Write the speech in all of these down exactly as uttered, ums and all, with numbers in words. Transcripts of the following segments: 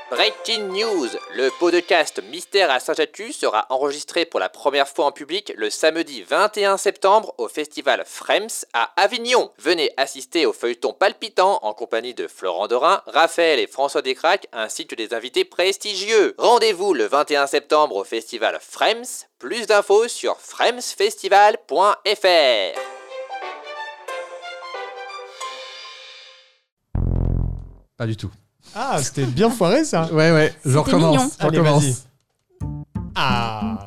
Breaking news, le podcast Mystère à Saint-Jatu sera enregistré pour la première fois en public le samedi vingt et un septembre au festival Frems à Avignon. Venez assister au feuilleton palpitant en compagnie de Florent Dorin, Raphaël et François Descraques ainsi que des invités prestigieux. Rendez-vous le vingt et un septembre au festival Frems. Plus d'infos sur fremsfestival point f r. Pas du tout. Ah, c'était bien foiré ça. Ouais, ouais, je recommence. Je Allez, recommence. vas-y. Ah.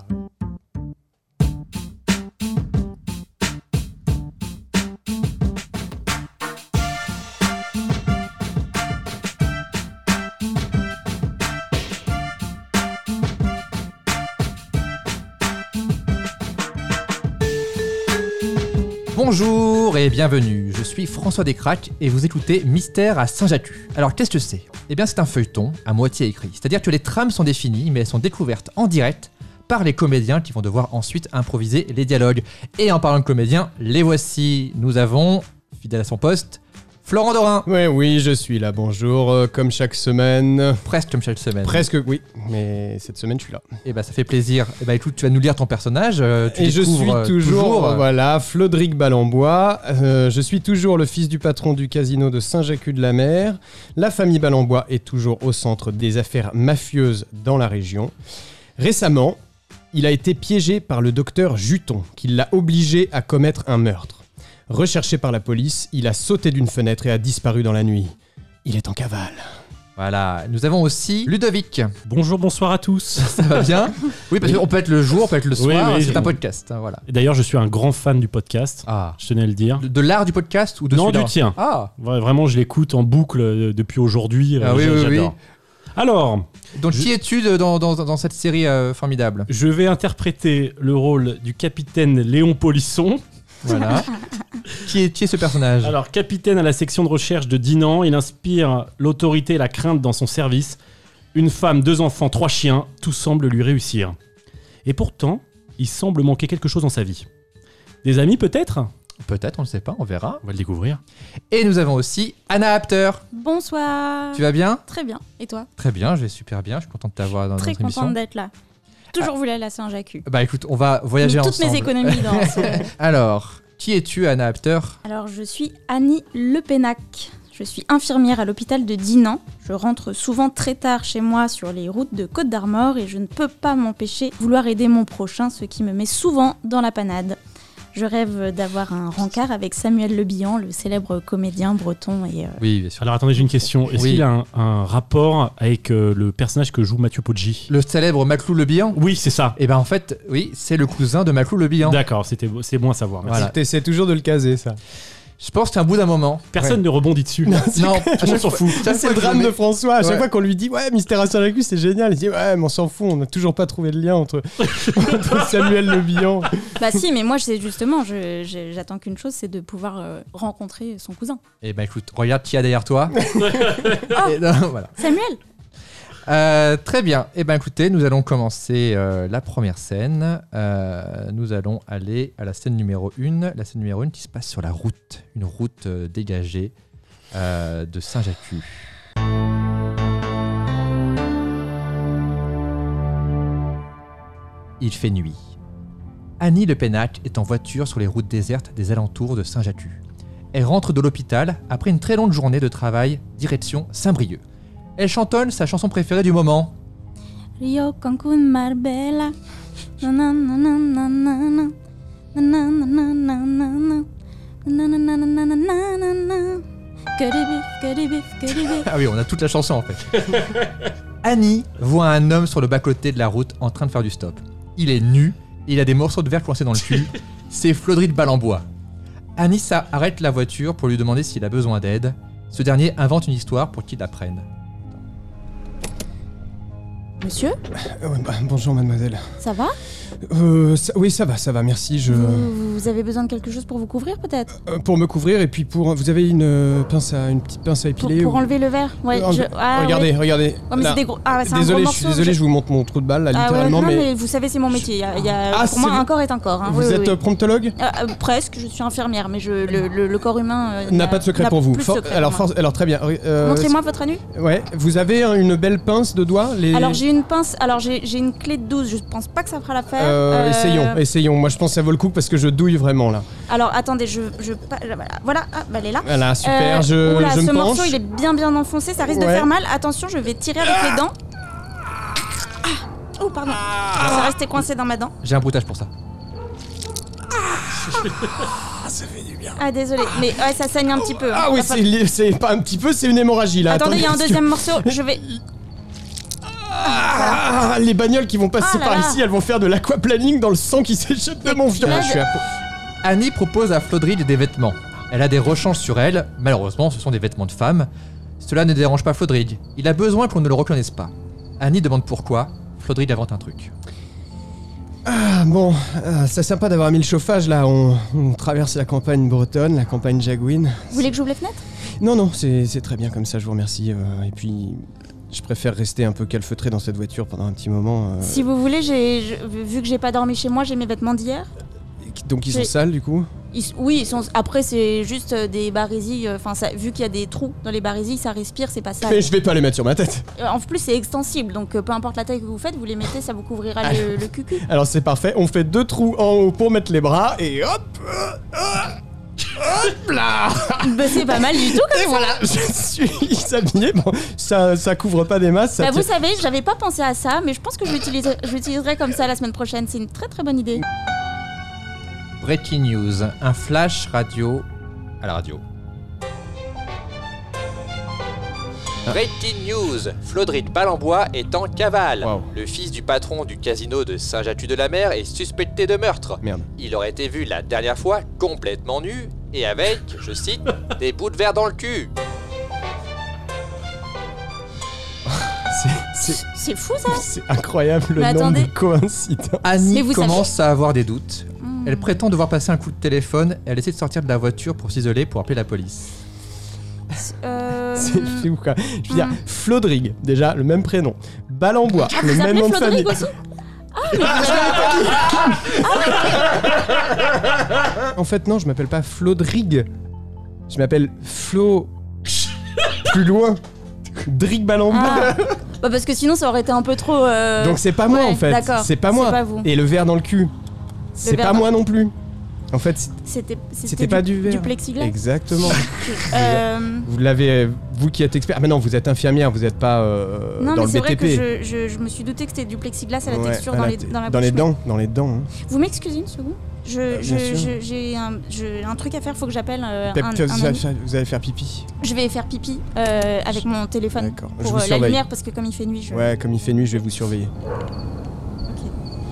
Bonjour et bienvenue, je suis François Descraques et vous écoutez Mystère à Saint-Jatu. Alors qu'est-ce que c'est ? Eh bien c'est un feuilleton à moitié écrit, c'est-à-dire que les trames sont définies mais elles sont découvertes en direct par les comédiens qui vont devoir ensuite improviser les dialogues. Et en parlant de comédiens, les voici, nous avons, fidèle à son poste, Florent Dorin. Ouais, oui, je suis là, bonjour, euh, comme chaque semaine. Presque comme chaque semaine. Presque, oui, mais cette semaine je suis là. Et bah ça fait plaisir. Et bah écoute, tu vas nous lire ton personnage. euh, tu Et je suis découvres, euh, toujours, toujours euh, voilà, Flodric Ballambois. Euh, je suis toujours le fils du patron du casino de Saint-Jacques-de-la-Mer. La famille Ballambois est toujours au centre des affaires mafieuses dans la région. Récemment, il a été piégé par le docteur Juton, qui l'a obligé à commettre un meurtre. Recherché par la police, il a sauté d'une fenêtre et a disparu dans la nuit. Il est en cavale. Voilà, nous avons aussi Ludovic. Bonjour, bonsoir à tous. Ça va bien ? Oui, parce qu'on peut être le jour, on peut être le soir, Oui, oui, c'est je- un podcast, hein, voilà. Et d'ailleurs, je suis un grand fan du podcast. Ah. Je tenais à le dire. De, de l'art du podcast ou de Non, celui-là ? du tien. Ah. Ouais, Vraiment, je l'écoute en boucle euh, depuis aujourd'hui. euh, Ah oui, j'a- oui, oui. j'adore. Alors, Donc Je- qui es-tu de- dans, dans, dans cette série euh, formidable ? je vais interpréter le rôle du capitaine Léon Polisson. Voilà. qui, est, qui est ce personnage ? Alors, capitaine à la section de recherche de Dinan, il inspire l'autorité et la crainte dans son service. Une femme, deux enfants, trois chiens, tout semble lui réussir. Et pourtant, il semble manquer quelque chose dans sa vie. Des amis peut-être ? Peut-être, on ne sait pas, on verra. On va le découvrir. Et nous avons aussi Anna Apter. Bonsoir. Tu vas bien ? Très bien. Et toi ? Très bien, je vais super bien, je suis content de t'avoir dans Très notre émission. contente d'être là. Toujours voulu aller à Saint-Jacques. Bah écoute, on va voyager Toutes ensemble. mes économies dans ce... Alors, qui es-tu Anna Apter ? Alors, je suis Annie Lepenac. Je suis infirmière à l'hôpital de Dinan. Je rentre souvent très tard chez moi sur les routes de Côte d'Armor et je ne peux pas m'empêcher de vouloir aider mon prochain, ce qui me met souvent dans la panade. Je rêve d'avoir un rencard avec Samuel Le Bihan, le célèbre comédien breton. Et, euh, Oui, bien sûr. Alors attendez, j'ai une question. Est-ce Oui. qu'il a un, un rapport avec euh, le personnage que joue Mathieu Poggi ? Le célèbre Maclou Le Bihan ? Oui, c'est ça. Et ben en fait, oui, c'est le cousin de Maclou Le Bihan. D'accord, c'était, c'est bon à savoir. Merci. Voilà. T'essaies toujours de le caser, ça. Je pense qu'à un bout d'un moment. Personne Ouais. ne rebondit dessus. Non, à Tout le monde chaque s'en fois- fout. chaque C'est fois le que je drame mets- de François. À chaque Ouais. fois qu'on lui dit ouais, Mystère à Saint-Jacques, c'est génial, il dit ouais, mais on s'en fout, on n'a toujours pas trouvé le lien entre, entre Samuel Le Bihan. Bah si, mais moi, c'est justement, je- je- j'attends qu'une chose, c'est de pouvoir euh, rencontrer son cousin. Eh ben écoute, regarde qui y a derrière toi. Et non, voilà. Samuel. Euh, très bien. Eh ben écoutez, nous allons commencer euh, la première scène. Euh, nous allons aller à la scène numéro un. La scène numéro un qui se passe sur la route. Une route euh, dégagée euh, de Saint-Jacques. Il fait nuit. Annie Lepenac est en voiture sur les routes désertes des alentours de Saint-Jacques. Elle rentre de l'hôpital après une très longue journée de travail, direction Saint-Brieuc. Elle chantonne sa chanson préférée du moment. Rio, Cancun, Marbella. Nananananana. Nananananana. Nananananana. Que du bif, que du bif, que du bif. Ah oui, on a toute la chanson en fait. Annie voit un homme sur le bas-côté de la route en train de faire du stop. Il est nu et il a des morceaux de verre coincés dans le cul. C'est Flodric Ballambois. Annie ça arrête la voiture pour lui demander s'il a besoin d'aide. Ce dernier invente une histoire pour qu'il la prenne. Monsieur ? Euh, bah, bonjour mademoiselle. Ça va ? Euh, ça- oui, ça va, ça va, merci. Je... vous, vous avez besoin de quelque chose pour vous couvrir peut-être ? Euh, pour me couvrir et puis pour... Vous avez une euh, pince à... une petite pince à Pour, épiler pour ou- enlever le verre ? Ouais, Euh, je... ah, regardez, ouais. regardez. Oh, mais Là. c'est des gros... Ah, ouais, c'est un Désolé, gros je suis morceau, désolé, je... vous montre mon trou de balle là, Ah ouais, littéralement, non, mais... mais vous savez, c'est mon métier. Il y a, il y a- Ah, pour moi, c'est un corps est un corps. Hein. Vous Oui, êtes oui, euh, oui. promptologue ? Euh, euh, presque, je suis infirmière, mais je, le, le, le corps humain euh, N'a pas de secret n'a pour vous. plus de For- secret alors, pour moi. force- alors très bien. Euh, Montrez-moi votre anus. Ouais, vous avez hein, une belle pince de doigts les... Alors j'ai une pince, alors j'ai j'ai une clé de douze, je pense pas que ça fera l'affaire. Euh, Euh, Essayons, essayons. Moi, je pense que ça vaut le coup parce que je douille vraiment là. Alors attendez, je, je pa- voilà, voilà, ah, bah, elle est là. Voilà, super. Euh, je oula, je ce me penche. morceau il est bien bien enfoncé, ça risque de Ouais. faire mal. Attention, je vais tirer avec les dents. Ah. Oh pardon, ça restait coincé dans ma dent. J'ai un broutage pour ça. Ah désolé, mais ouais ça saigne un petit peu. hein. Ah oui, Enfin, c'est c'est pas un petit peu, c'est une hémorragie là. Attendez, il y a un parce que- deuxième morceau, je vais. Ah, les bagnoles qui vont passer Ah là par là. ici, elles vont faire de l'aquaplaning dans le sang qui s'échappe de mon vieux. Là, Je suis à- Annie propose à Flodridge des vêtements. Elle a des rechanges sur elle, malheureusement ce sont des vêtements de femme. Cela ne dérange pas Flodridge, il a besoin qu'on ne le reconnaisse pas. Annie demande pourquoi, Flodridge invente un truc. Ah bon, ah, c'est sympa d'avoir mis le chauffage là. On, on traverse la campagne bretonne, la campagne Jagouine. Vous voulez que j'ouvre les fenêtres ? Non, non, c'est c'est très bien comme ça, je vous remercie. euh, et puis, je préfère rester un peu calfeutré dans cette voiture pendant un petit moment. euh, Si vous voulez, j'ai je- vu que j'ai pas dormi chez moi, j'ai mes vêtements d'hier. Donc ils sont j'ai- sales du coup. Ils- oui, ils sont. Après, c'est juste euh, des barésies. Enfin, ça vu qu'il y a des trous dans les barésies, ça respire, c'est pas ça. Mais je vais pas les mettre sur ma tête. Euh, En plus, c'est extensible, donc euh, peu importe la taille que vous faites, vous les mettez, ça vous couvrira Ah. le, le cucu. Alors c'est parfait, on fait deux trous en haut pour mettre les bras et hop, euh, euh, hop là. Bah, c'est pas mal du tout comme Et ça. voilà, je suis habillé. Bon, ça, ça couvre pas des masses. Ça Bah, vous tient- savez, j'avais pas pensé à ça, mais je pense que je l'utiliserai je l'utiliserai comme ça la semaine prochaine. C'est une très très bonne idée. Breaking news, un flash radio à la radio. Breaking news, Flodrid Balambois est en cavale. Wow. Le fils du patron du casino de Saint-Jatu-de-la-Mer est suspecté de meurtre. Merde. Il aurait été vu la dernière fois complètement nu et avec, je cite, des bouts de verre dans le cul. C'est- C'est C'est fou ça. c'est incroyable le Mais nombre attendez. de coïncidences. Annie Mais vous commence à avoir des doutes. Hmm. Elle prétend devoir passer un coup de téléphone, elle essaie de sortir de la voiture pour s'isoler pour appeler la police. Euh... C'est fou quoi. Je veux dire, Hmm. Flodrig, déjà le même prénom. Balambois, Ah, le vous même appelez nom de famille. Flodrig aussi Ah, mais vous l'avez- En fait, non, je m'appelle pas Flodrig. Je m'appelle Flo. Plus loin. Drig Balambois. Ah. Bah parce que sinon ça aurait été un peu trop. euh, Donc c'est pas moi ouais, en fait. d'accord. C'est pas moi. C'est pas vous. Et le verre dans le cul. C'est verre pas dans- moi non plus. En fait, c'est- C'était c'était pas du verre. Du plexiglas. Exactement. Euh, Vous l'avez, vous qui êtes expert. Ah, mais non, vous êtes infirmière, vous êtes pas euh, non dans mais le c'est B vrai T P. que je, je, je me suis douté que c'était du plexiglas à la Ouais, texture à dans, la les, te- dans la dans bouche. les mais- dents, dans les dents. hein. Vous m'excusez une seconde. Je, Euh, je- bien sûr. je- j'ai un, je- un truc à faire, faut que j'appelle euh, Pep, un, tu vas- un vous, ami. allez, vous allez faire pipi. Je vais faire pipi euh, avec mon téléphone D'accord. Je pour vous euh, la surveille. lumière parce que comme il fait nuit, je. Ouais, comme il fait nuit, je vais vous surveiller. Ok.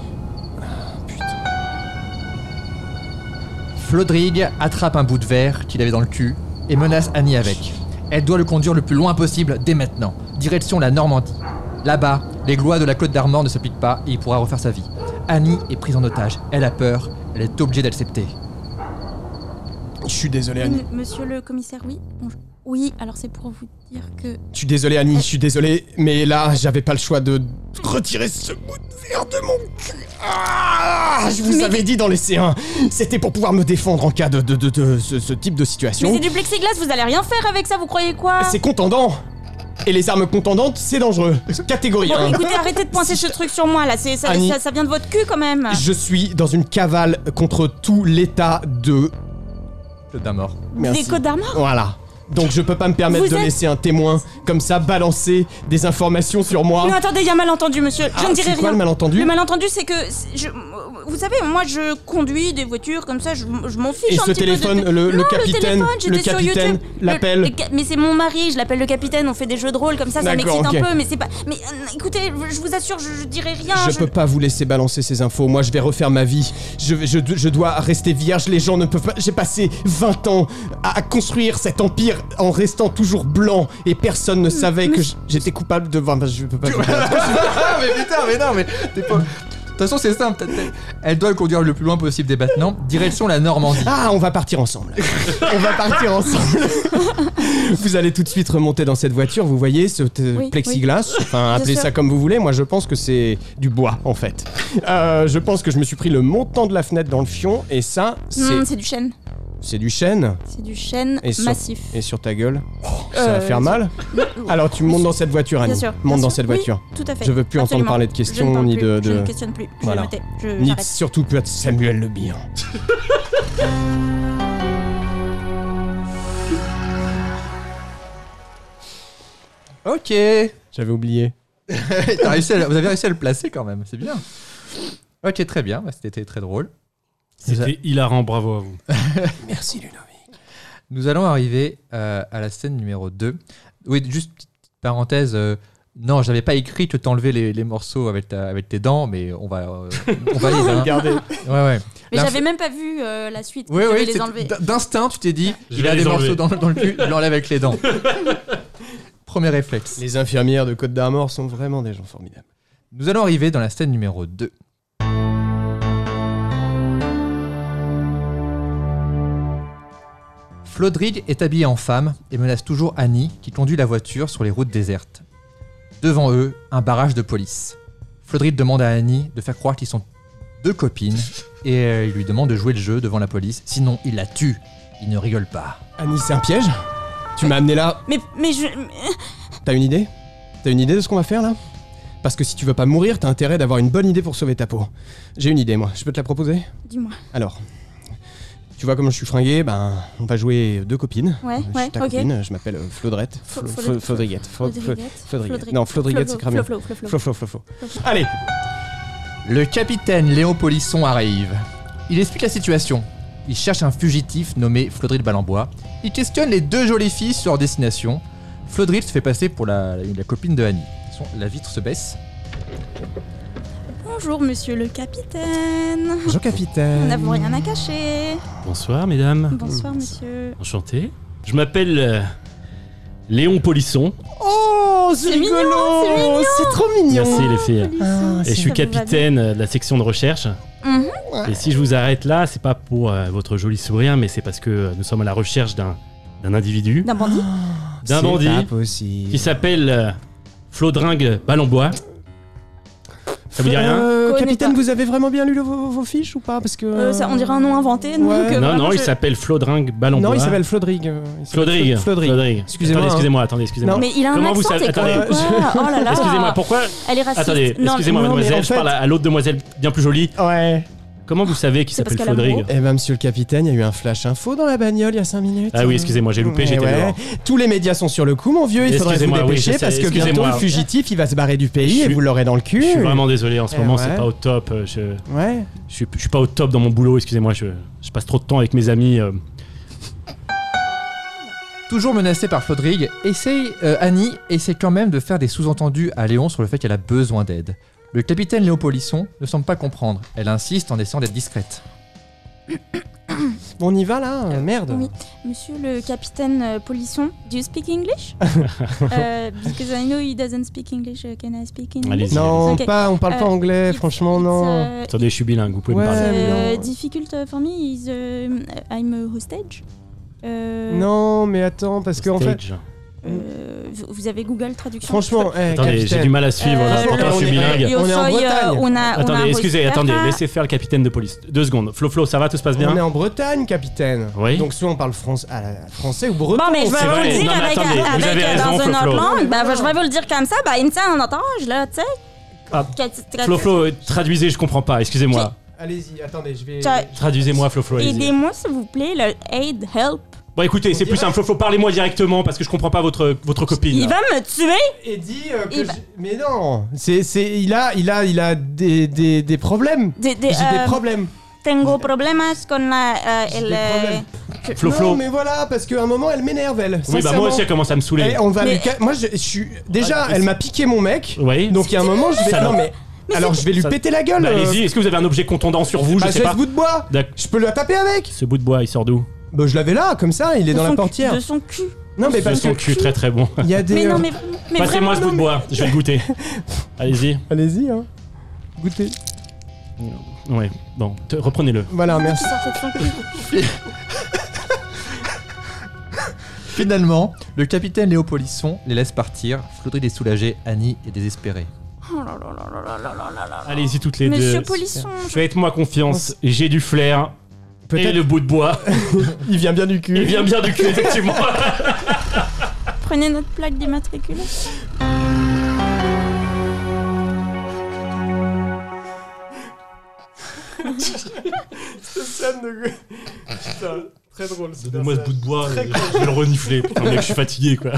Flodrig attrape un bout de verre qu'il avait dans le cul et menace Annie avec. Elle doit le conduire le plus loin possible dès maintenant, direction la Normandie. Là-bas, les lois de la Côte d'Armor ne s'appliquent pas et il pourra refaire sa vie. Annie est prise en otage, elle a peur, elle est obligée d'accepter. Je suis désolé, Oui, Annie. m- monsieur le commissaire, oui. Bonjour. Oui, alors c'est pour vous dire que. Je suis désolé, Annie, je suis désolé, mais là, j'avais pas le choix de retirer ce bout de verre de mon cul. Ah, je vous Mais- avais dit d'en laisser un. C'était pour pouvoir me défendre en cas de, de, de, de ce, ce type de Mais situation. c'est du plexiglas, vous allez rien faire avec ça, vous croyez quoi? C'est contendant. Et les armes contendantes, c'est dangereux. Catégorie Bon, un. écoutez, arrêtez de pointer ce truc sur moi là, c'est, ça, Annie. ça, ça vient de votre cul quand même. Je suis dans une cavale contre tout l'état de... Le d'un mort. Merci. Des Côtes d'Armor? Voilà. Donc je peux pas me permettre Vous de êtes- laisser un témoin comme ça balancer des informations sur moi. Non, attendez, il y a un malentendu, monsieur. Je Ah, ne dirai c'est quoi rien. le malentendu Le malentendu, c'est que. c'est- je- vous savez, moi je conduis des voitures comme ça, je, je m'en fiche Et un ce petit peu de- téléphone, le- le Non, capitaine- téléphone, le j'étais sur capitaine YouTube. Le- l'appelle. le ca- Mais c'est mon mari, je l'appelle le capitaine, on fait des jeux de rôle comme ça, ça D'accord, m'excite ok. un peu, mais c'est pas. Mais euh, écoutez, je vous assure, je, je dirai rien. Je peux pas vous laisser balancer ces infos, moi je vais refaire ma vie. Je, je, je dois rester vierge, les gens ne peuvent pas... J'ai passé vingt ans à, à construire cet empire en restant toujours blanc et personne ne savait mais- que j- j'étais coupable de... Enfin, je peux pas... Ah, mais putain, mais non, mais t'es pas. De toute façon, c'est simple. t'as- t'as- Elle doit le conduire le plus loin possible des bâtiments. Direction la Normandie. Ah, on va partir ensemble. On va partir ensemble. Vous allez tout de suite remonter dans cette voiture. Vous voyez ce t- Oui, plexiglas. Enfin, Bien appelez sûr. ça comme vous voulez. Moi, je pense que c'est du bois, en fait. Euh, je pense que je me suis pris le montant de la fenêtre dans le fion. Et ça, c'est, Hmm, c'est du chêne. c'est du chêne. C'est du chêne Et sur- massif. Et sur ta gueule, ça va Euh, faire mal. Alors, tu montes dans cette voiture, Annie. Bien sûr. Monte bien dans sûr. cette Oui, voiture. tout à fait. Je veux plus entendre Absolument. parler de Je ne questions parle ni plus. de- Je de- ne questionne plus. Voilà. Je me tais. Je, Ni j'arrête. surtout plus à Samuel Le Bihan. Ok. J'avais oublié. T'as réussi à le- Vous avez réussi à le placer quand même, c'est bien. Ok, très bien. Bah, C'était très drôle. C'était hilarant, bravo à vous. Merci, Ludovic. Nous allons arriver euh, à la scène numéro deux. Oui, juste petite parenthèse. euh, non, j'avais pas écrit que t'enlevais les, les morceaux avec, ta- avec tes dents, mais on va, euh, on valide. Hein. Regardez. Ouais, ouais. Mais L'inf- j'avais même pas vu euh, la suite. Oui, je vais oui, les c'est- enlever. d- d'instinct, tu t'es dit, Je il vais a les des enlever. morceaux dans, dans le cul, je l'enlève avec les dents. Premier réflexe. Les infirmières de Côte d'Armor sont vraiment des gens formidables. Nous allons arriver dans la scène numéro deux. Flodrig est habillé en femme et menace toujours Annie qui conduit la voiture sur les routes désertes. Devant eux, un barrage de police. Flodrig demande à Annie de faire croire qu'ils sont deux copines et euh, il lui demande de jouer le jeu devant la police, sinon il la tue. Il ne rigole pas. Annie, c'est un piège? Tu m'as amené là. Mais, mais je. T'as une idée? T'as une idée de ce qu'on va faire là? Parce que si tu veux pas mourir, t'as intérêt d'avoir une bonne idée pour sauver ta peau. J'ai une idée, moi. Je peux te la proposer? Dis-moi. Alors, tu vois comment je suis fringué? Ben, on va jouer deux copines. Ouais, je ouais, suis ta ok. copine, je m'appelle euh, Flodrette. Flo- Flo- Flo- Flo- Flodriguette. Flo- Flo- Flodriguette. Flodriguette. Non, Flodriguette, c'est cramé. Flo, Flo, Flo, Flo, Flo. Flo, Flo, Flo. Allez! Le capitaine Léon Polisson arrive. Il explique la situation. Il cherche un fugitif nommé Flodrid Balambois. Il questionne les deux jolies filles sur leur destination. Flodrid se fait passer pour la, la, la copine de Annie. De toute façon, la vitre se baisse. Bonjour, monsieur le capitaine. Bonjour, capitaine. Nous n'avons rien à cacher. Bonsoir, mesdames. Bonsoir, monsieur. Enchanté. Je m'appelle euh, Léon Polisson. Oh, c'est C'est mignon, rigolo! c'est mignon. C'est trop mignon! Merci les filles. Ah, Et je suis Ça vous va capitaine euh, de la section de recherche. Mhm. Et si je vous arrête là, c'est pas pour euh, votre joli sourire, mais c'est parce que euh, nous sommes à la recherche d'un d'un individu, D'un bandit. d'un C'est bandit pas possible. qui s'appelle euh, Flodringue Balambois. Ça vous dit rien? Euh, Connais capitaine, pas. vous avez vraiment bien lu le- vos, vos fiches ou pas? Parce que. Euh, ça, on dirait un nom inventé. Donc, Ouais. euh, Non, vraiment, non, il je- s'appelle Flodringue Balambois. Non, il s'appelle Flodrig. euh, il s'appelle Flodrig. Flo- Flodrig. Flodrig. Excusez-moi, Attendez, hein. excusez-moi, attendez, excusez-moi. Mais il a un Comment vous accent, savez- t'es con attendez, ou quoi? Oh là là. Excusez-moi, pourquoi? Elle est raciste. Attendez, Non, excusez-moi, non, mais mademoiselle, en je fait- parle à, à l'autre demoiselle bien plus jolie. Ouais. Comment vous savez qu'il C'est parce s'appelle qu'elle a Flodrig? un Eh ben, monsieur le capitaine, il y a eu un flash info dans la bagnole il y a cinq minutes. Ah oui, excusez-moi, j'ai loupé, Eh j'étais ouais. dehors. Tous les médias sont sur le coup, mon vieux. Il faudrait vous Excusez-moi, oui, dépêcher je sais, parce que bientôt excusez-moi. le fugitif, il va se barrer du pays Je et suis- vous l'aurez dans le cul. Je suis vraiment désolé, en ce Eh moment, ouais. c'est pas au top. euh, Je, Ouais. je, suis, je suis pas au top dans mon boulot, excusez-moi, je, je passe trop de temps avec mes amis. euh. Toujours menacée par Flodrig, essaye, euh, Annie essaie quand même de faire des sous-entendus à Léon sur le fait qu'elle a besoin d'aide. Le capitaine Léon Polisson ne semble pas comprendre. Elle insiste en essayant d'être discrète. Bon, on y va là euh, Merde. Oui. Monsieur le capitaine euh, Polisson, do you speak English? uh, because I know he doesn't speak English. Uh, can I speak English? Allez-y. Non, Ok. pas, on parle pas Euh, anglais, It's- franchement, it's, non. uh, Attendez, je suis bilingue, vous pouvez Ouais. me parler. uh, non. difficult uh, for me is uh, I'm a hostage. Uh, Non, mais attends, parce que en fait. Stage. euh, vous- vous avez Google Traduction? Franchement, eh, Attendez, j'ai capitaine. du mal à suivre, là, Euh, pourtant je suis on est- bilingue. Yo On est en soy, uh, Bretagne. una- Attendez, una excusez, hostera. attendez, laissez faire le capitaine de police. Deux secondes. Flo, Flo, ça va, tout se passe bien? On est en Bretagne, capitaine. Oui. Donc soit on parle France, ah, français ou breton. Bon, mais je vais C'est vous vrai. le dire Non, mais avec, attendez, vous avec, avez euh, raison, dans une Flo, autre Flo. langue. Ben, Voilà. je vais vous le dire comme ça. Ben, il me tient en otage, là, tu sais. Ah, Que- Flo, Flo, euh, traduisez, je comprends pas, excusez-moi. Allez-y, attendez, je vais. Tiens. Traduisez-moi, Flo, Flo, allez-y. Aidez-moi, s'il vous plaît, le aid, help. Bon, écoutez, c'est plus dirait- simple, Flo, Flo, parlez-moi directement parce que je comprends pas votre, votre copine. Il va me tuer. Et dit euh, que Il va- j'ai- mais non, c'est c'est il a il a il a des des, des problèmes. De, de, J'ai des euh, problèmes. Tengo problemas con la, euh, J'ai el, des euh, problèmes. Flo, non, Flo. mais voilà, parce qu'à un moment elle m'énerve elle. Oui, bah sincèrement. moi aussi, elle commence à me saouler. Eh, on va Mais- lui ca- moi je, je suis déjà Ah, elle m'a piqué mon mec. Oui. Donc il y a un moment je vais Ça non va. mais, alors je vais lui Ça- péter la gueule. Bah, euh. allez-y, est-ce que vous avez un objet contondant sur vous? Je Bah, sais j'ai pas. ce bout de bois. D'accord. Je peux la taper avec. Ce bout de bois, il sort d'où? Bah je l'avais là comme ça, il est de dans son la cul- portière. De son cul. Non, mais Ce parce son que cul très très bon. il y a des. Mais euh, non, mais, mais Passez-moi ce bout de bois, je vais le goûter. Allez-y. Allez-y, hein. Goûtez. Ouais, bon, te- reprenez-le. Voilà, qui merci. sortait de son cul. Finalement, le capitaine Léo Polisson les laisse partir. Flodrid est soulagée, Annie est désespérée. Oh là là là là là là là là là. Allez-y toutes les Monsieur deux. Polisson, je- Faites-moi confiance, j'ai du flair. Et Peut-être le bout de bois, il vient bien du cul. il vient bien du cul, effectivement. prenez notre plaque d'immatriculation. Cette scène de. Putain, très drôle. ce Donnez-moi ce bout personnage. de bois, Très et je vais le renifler. Putain, mec, je suis fatigué, quoi.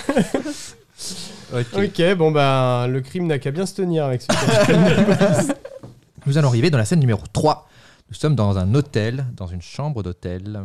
Ok. Ok, bon bah, le crime n'a qu'à bien se tenir avec ce cas. Nous allons arriver dans la scène numéro trois. Nous sommes dans un hôtel, dans une chambre d'hôtel.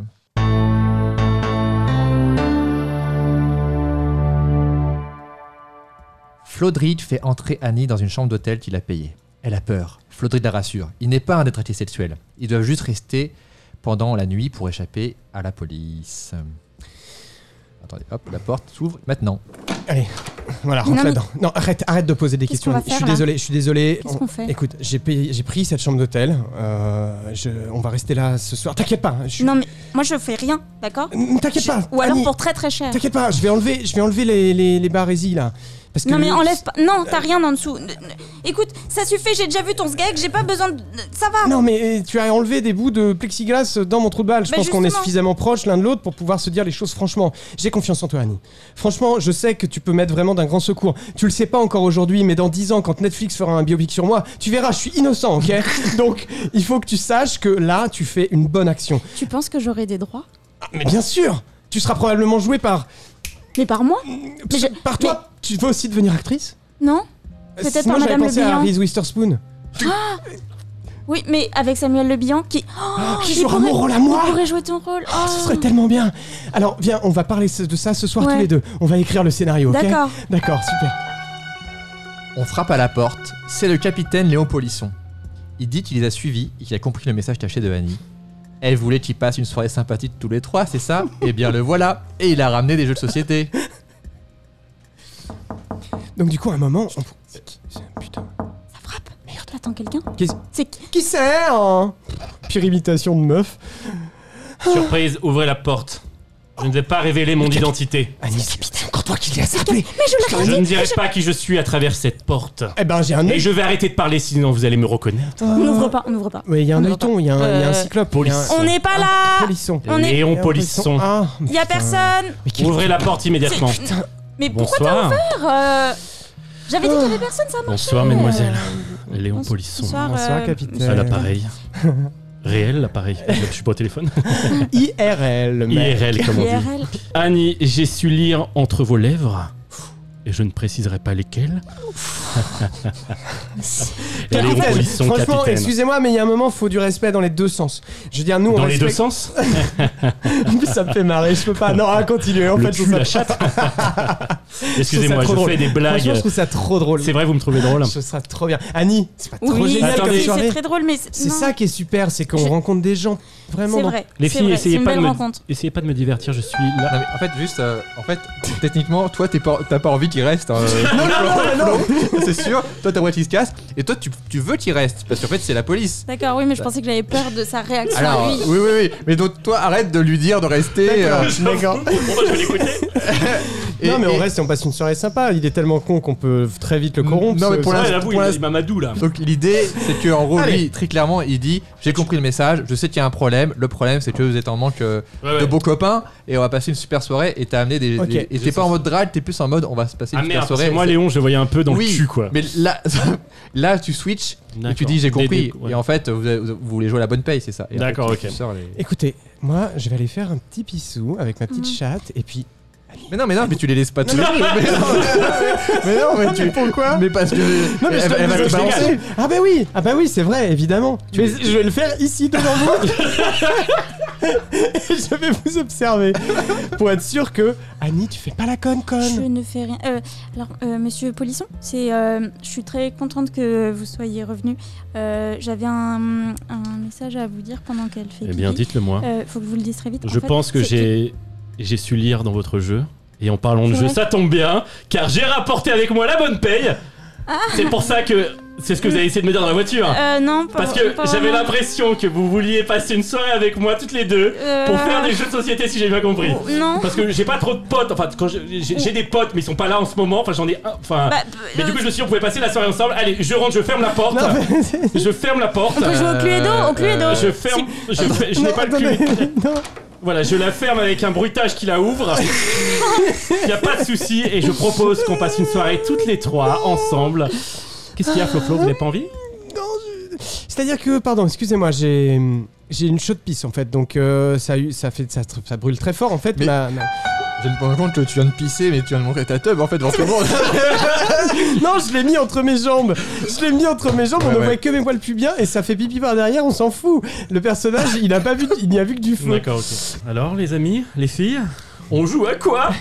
Flodrid fait entrer Annie dans une chambre d'hôtel qu'il a payée. Elle a peur. Flodrid la rassure. Il n'est pas un détraqué sexuel. Ils doivent juste rester pendant la nuit pour échapper à la police. Attendez, hop, la porte s'ouvre maintenant. Allez, voilà, rentre Non, mais- là-dedans. Non, arrête, arrête de poser des Qu'est-ce questions. qu'on va Je suis faire, là désolé, je suis désolé. Qu'est-ce On- qu'on fait Écoute, j'ai payé, j'ai pris cette chambre d'hôtel. Euh, je- on va rester là ce soir. T'inquiète pas. Je suis- Non mais moi je fais rien, d'accord? Mm, T'inquiète pas. Ou alors Annie, pour très très cher. T'inquiète pas. Je vais enlever, je vais enlever les, les, les barésies là. Parce que Non mais le- enlève pas. Non, t'as rien en dessous. Écoute, ça suffit, j'ai déjà vu ton sgeg, j'ai pas besoin de. Ça va. Non mais euh, tu as enlevé des bouts de plexiglas dans mon trou de balle. Je Bah, pense qu'on est justement. suffisamment proches l'un de l'autre pour pouvoir se dire les choses franchement. J'ai confiance en toi, Annie. Franchement, je sais que tu peux m'être vraiment d'un grand secours. Tu le sais pas encore aujourd'hui, mais dans dix ans, quand Netflix fera un biopic sur moi, tu verras, je suis innocent, ok? Donc, il faut que tu saches que là, tu fais une bonne action. Tu penses que j'aurai des droits? Ah, mais bien sûr, tu seras probablement joué par Mais par moi? Mais je- par toi. Tu veux aussi devenir actrice? Non? Peut-être Moi, par j'avais Madame pensé Le à Bihan. Reese Witherspoon. Oui, mais avec Samuel Le Bihan qui. Oh, qui il jouera pourrait- mon rôle à moi. Il pourrait jouer ton rôle. Oh, ce Oh. serait tellement bien. Alors, viens, on va parler de ça ce soir Ouais. tous les deux. On va écrire le scénario, ok? D'accord. D'accord, super. On frappe à la porte. C'est le capitaine Léon Polisson. Il dit qu'il les a suivis et qu'il a compris le message caché de Annie. Elle voulait qu'ils passent une soirée sympathique tous les trois, c'est ça? Eh bien le voilà. Et il a ramené des jeux de société. Donc, du coup, à un moment. on- Putain. Ça frappe. Merde. Attends, quelqu'un? Qu'est-ce- C'est qui? Qui c'est, hein? Pire imitation de meuf. Surprise, ouvrez la porte. Je ne vais pas révéler mon identité. Annie, c'est encore toi qui l'as appelé. Mais je l'ai Je ne dirai pas qui je suis à travers cette porte. Eh ben, j'ai un Et œil. je vais arrêter de parler, sinon vous allez me reconnaître. On n'ouvre pas, on n'ouvre pas. Oui, il y a un On œilleton, il y, a un- il y a un Euh, cyclope. Polisson. il y a un- On n'est pas un là. Polisson. On est- Léon Un Polisson. Ah, Y a putain. personne. Mais quel- Ouvrez la porte immédiatement. C'est- Mais pourquoi t'as Bonsoir. ouvert euh, J'avais dit qu'il y avait personne, ça marche. Bonsoir, mesdemoiselles. Léon Bonsoir. Polisson. Bonsoir, Bonsoir, euh, capitaine. À l'appareil. Réel, l'appareil. Je suis pas au téléphone. I R L, mec. I R L, comme on dit. I R L. Annie, j'ai su lire entre vos lèvres. Et je ne préciserai pas lesquelles. Léon Capitaine, Polisson, franchement, capitaine. excusez-moi, mais il y a un moment, faut du respect dans les deux sens. Je veux dire, nous, on Dans les deux respecte- sens. En plus, ça me fait marrer, je peux pas. Non, ah, continuez. En Le fait, je cul, trouve la ça- chatte. je trouve Excusez-moi, ça trop je drôle. fais des Franchement, blagues. je trouve ça trop drôle. C'est vrai, vous me trouvez drôle. Ce sera trop bien. Annie, c'est pas trop Oui, génial Attendez. comme c'est soirée. c'est très drôle, mais c'est C'est non, ça qui est super, c'est qu'on Je- rencontre des gens vraiment. C'est dans- vrai. Les c'est filles, vrai, essayez c'est une pas, de belle me... rencontre. essayez pas de me divertir, je suis là. Non, mais en fait, juste, euh, en fait, techniquement, toi, t'es pas- t'as pas envie qu'il reste. hein, euh, Non, non, non, non. c'est sûr. Toi, t'as envie qu'il se casse. Et toi, tu, tu veux qu'il reste. Parce qu'en fait, c'est la police. D'accord, oui, mais je pensais que j'avais peur de sa réaction Alors, à lui. oui, oui, oui. Mais donc, toi, arrête de lui dire de rester. D'accord, euh, d'accord. Pourquoi je vais l'écouter? et- Non, mais on et- reste et on passe une soirée sympa. Il est tellement con qu'on peut très vite le corrompre. Non, mais ce- pour ce- l'instant- Ouais, j'avoue, pour il l'instant- m'a Madou là. Donc l'idée, c'est que en gros, Allez. lui, très clairement, il dit j'ai compris le message, je sais qu'il y a un problème. Le problème, c'est que vous êtes en manque euh, Ouais, ouais. de beaux copains et on va passer une super soirée. Et t'as amené des. Ok. des- et t'es pas en mode drague, t'es plus en mode on va se passer une Ah super merde, parce soirée. que moi, C'est- Léon, je le voyais un peu dans oui, le cul, quoi. mais là, là, tu switches et tu D'accord. dis j'ai Des- compris. des- ouais. Et en fait, vous, avez- vous voulez jouer la bonne paye, c'est ça. Et en D'accord, fait, ok. tu sors les- Écoutez, moi, je vais aller faire un petit pissou avec ma petite Mhm. chatte et puis. Mais non, mais non, mais tu les laisses pas tous les deux. Mais non, mais non, mais tu. Pourquoi Mais parce que. Non, mais elle, je dois- elle va je te dois- balancer. Ah bah oui, ah bah oui, c'est vrai, évidemment. Mais je vais le faire ici devant vous. Et je vais vous observer pour être sûr que Annie, tu fais pas la conne Je conne. ne fais rien. Euh, alors, euh, monsieur Polisson, c'est, euh, je suis très contente que vous soyez revenu. Euh, J'avais un, un message à vous dire pendant qu'elle fait Eh bien, pipi. dites-le moi. Euh, faut que je vous le dise très vite. Je En fait, pense que c'est j'ai j'ai su lire dans votre jeu Et en parlant de C'est jeu, vrai. ça tombe bien, car j'ai rapporté avec moi la bonne paye. Ah. C'est pour ça que c'est ce que vous avez essayé de me dire dans la voiture. Euh, non, pas Parce que pas j'avais vraiment. l'impression que vous vouliez passer une soirée avec moi toutes les deux Euh, pour faire des jeux de société, si j'ai bien compris. oh, Non. Parce que j'ai pas trop de potes, enfin quand je- j'ai j'ai des potes mais ils sont pas là en ce moment, enfin j'en ai un, enfin... Bah, mais du coup je me suis dit on pouvait passer la soirée ensemble, allez je rentre, je ferme la porte, Non, mais- je ferme la porte, on peut jouer au Cluedo, au Cluedo. Euh, je ferme, je, fais- je n'ai Non, pas le attendez, cul. non. Voilà, je la ferme avec un bruitage qui la ouvre. Y a pas de souci et je propose qu'on passe une soirée toutes les trois ensemble. Qu'est-ce qu'il y a, Flo Flo, vous n'avez pas envie? Non, je- C'est-à-dire que, pardon, excusez-moi, j'ai j'ai une chaude pisse en fait, donc euh, ça, a eu- ça, fait, ça, ça brûle très fort en fait. Mais- ma- ma- Je me rends compte que tu viens de pisser, mais tu viens de montrer ta teub en fait devant tout le monde. Non, je l'ai mis entre mes jambes. Je l'ai mis entre mes jambes, on Ouais, ne ouais. voit que mes poils pubiens et ça fait pipi par derrière, on s'en fout. Le personnage, il a pas vu, il n'y a vu que du feu. D'accord, ok. Alors les amis, les filles, on joue à quoi?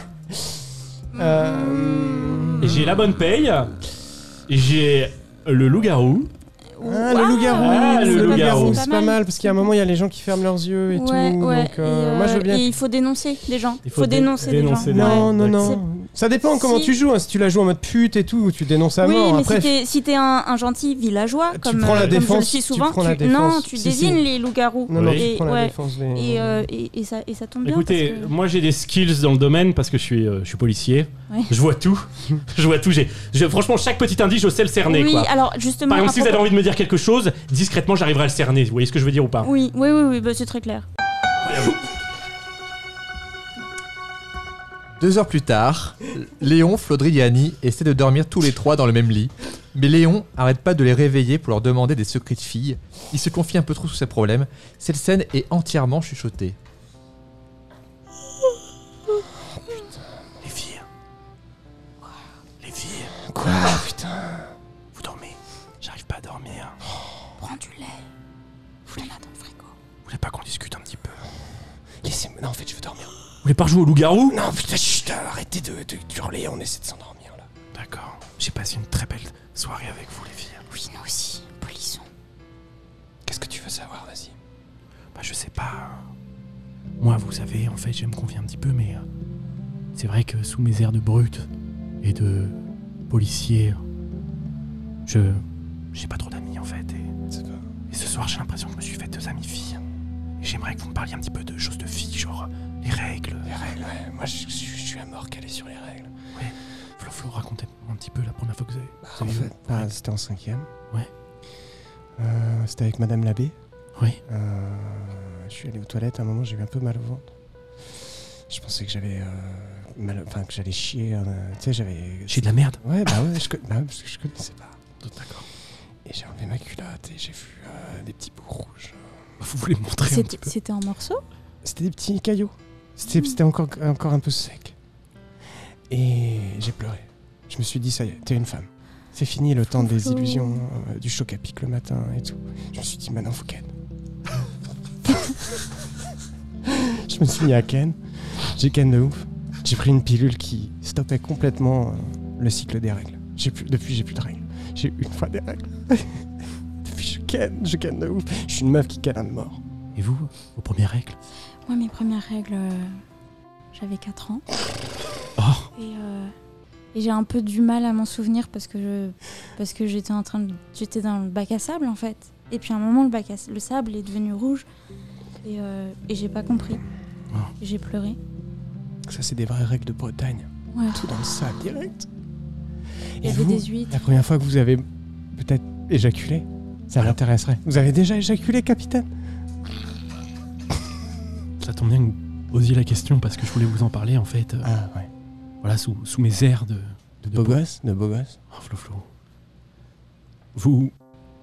Euh... Et j'ai la bonne paye, j'ai le loup-garou. Ah, le loup-garou, Ah, le le loup-garou. loup-garou, C'est c'est pas pas mal. mal parce qu'il y a un moment, il y a les gens qui ferment leurs yeux et Ouais, tout. ouais. Donc, et, euh, euh, moi, je veux bien. et il faut dénoncer des gens. Il Il faut faut, dé- dénoncer, dénoncer des des gens. gens. Non, Ouais. non, C'est- non. Ça dépend comment Si. tu joues. hein. Si tu la joues en mode pute et tout, tu dénonces à Oui, mort. mais Après, si t'es si t'es un, un gentil villageois, Tu comme, prends la euh, comme je le défense, suis tu souvent, prends la tu- non, défense. tu Si, désignes si. les loups-garous. non, non, et, tu prends la ouais. défense des. Et, euh, et, et ça, et ça tombe bien. Écoutez, parce que- moi j'ai des skills dans le domaine parce que je suis, euh, je suis policier. Ouais. Je vois tout. je vois tout. J'ai, je- franchement, chaque petit indice, je sais le cerner. oui, quoi. alors justement. Par exemple, à si vous avez propos- envie de me dire quelque chose, discrètement, j'arriverai à le cerner. Vous voyez ce que je veux dire ou pas? Oui, oui, oui, oui bah, c'est très clair. Deux heures plus tard, Léon, Flodrid et Annie essaient de dormir tous les trois dans le même lit. Mais Léon arrête pas de les réveiller pour leur demander des secrets de filles. Il se confie un peu trop sous ses problèmes. Cette scène est entièrement chuchotée. Les filles. Les filles, Quoi, putain. vous dormez. J'arrive pas à dormir. Prends du lait. Fous-le dans le frigo. Vous voulez pas qu'on discute un petit peu? Laissez-moi. Non, en fait, je veux dormir. Vous voulez pas rejouer au loup-garou? Non, putain, chut, arrêtez de, de, de hurler, on essaie de s'endormir là. D'accord. J'ai passé une très belle soirée avec vous, les filles. Oui, nous aussi. Polissons. Qu'est-ce que tu veux savoir, vas-y. Bah, je sais pas. Moi, vous savez, en fait, je me confier un petit peu, mais euh, c'est vrai que sous mes airs de brute et de policier, je j'ai pas trop d'amis en fait. Et, C'est pas... et ce soir, j'ai l'impression que je me suis fait deux amies filles. Et j'aimerais que vous me parliez un petit peu de choses de filles, genre euh, les règles. Les règles, ouais. Moi, je, je- je suis à mort calé sur les règles. Flo, Flo, racontez-moi un petit peu la première fois que vous avez. Bah, vous en avez eu- fait, bah, c'était en cinquième. Ouais. Euh, c'était avec Madame Labbé. Oui. Euh, je suis allé aux toilettes, à un moment, j'ai eu un peu mal au ventre. Je pensais que j'avais... euh, mal... Enfin, que j'allais chier. euh, tu sais, j'avais... J'ai de la merde. Ouais, bah ouais, je, co- bah ouais, parce que je connaissais pas. D'accord. Et j'ai enlevé ma culotte et j'ai vu euh, des petits bouts rouges. Vous voulez me montrer un petit C'était peu? c'était en morceaux. C'était des petits caillots. C'était c'était encore, encore un peu sec. Et j'ai pleuré. Je me suis dit, ça y est, t'es une femme. C'est fini le temps des Flo. illusions, euh, du choc à pic le matin et tout. Je me suis dit, maintenant faut ken. Je me suis mis à ken. J'ai ken de ouf. J'ai pris une pilule qui stoppait complètement euh, le cycle des règles. J'ai plus, depuis, j'ai plus de règles. J'ai eu une fois des règles. Depuis, je ken, je ken de ouf. Je suis une meuf qui ken à mort. Et vous, vos premières règles? Moi, mes premières règles, euh, j'avais quatre ans. Oh. Et, euh, et j'ai un peu du mal à m'en souvenir parce que je, parce que j'étais en train de, j'étais dans le bac à sable en fait. Et puis à un moment, le bac à, le sable est devenu rouge et, euh, et j'ai pas compris. Oh. Et j'ai pleuré. Ça, c'est des vraies règles de Bretagne. Ouais. Tout dans le sable, direct. Il y Et avait vous, des huîtres. la première fois que vous avez peut-être éjaculé, ça m'intéresserait. Vous avez déjà éjaculé, capitaine? Ça tombe bien que vous posiez la question parce que je voulais vous en parler en fait. euh, Ah ouais. Voilà, sous, sous mes airs de. De beau gosse, de beau gosse. Oh, Flo Flo. Vous.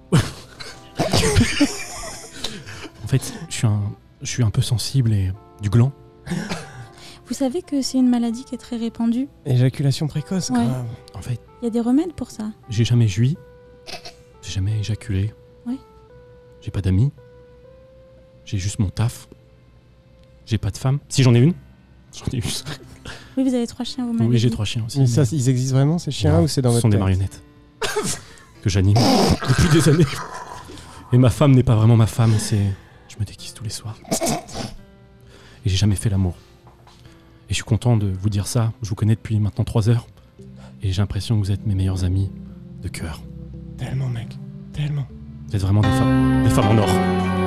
En fait, je suis un, je suis un peu sensible et du gland. Vous savez que c'est une maladie qui est très répandue. Éjaculation précoce, Ouais. grave. En fait, Il y a des remèdes pour ça. j'ai jamais joui, j'ai jamais éjaculé. Ouais. J'ai pas d'amis. J'ai juste mon taf. J'ai pas de femme. Si j'en ai une. J'en ai une. Oui, vous avez trois chiens, vous m'avez Oui, j'ai dit. trois chiens aussi. Mais ça, mais- ils existent vraiment, ces chiens, Non, ou c'est dans ce votre sont des tête? marionnettes que j'anime depuis des années. Et ma femme n'est pas vraiment ma femme, c'est je me déguise tous les soirs. Et j'ai jamais fait l'amour. Et je suis content de vous dire ça. Je vous connais depuis maintenant trois heures. Et j'ai l'impression que vous êtes mes meilleurs amis de cœur. Tellement, mec. Tellement. Vous êtes vraiment des femmes, des femmes en or.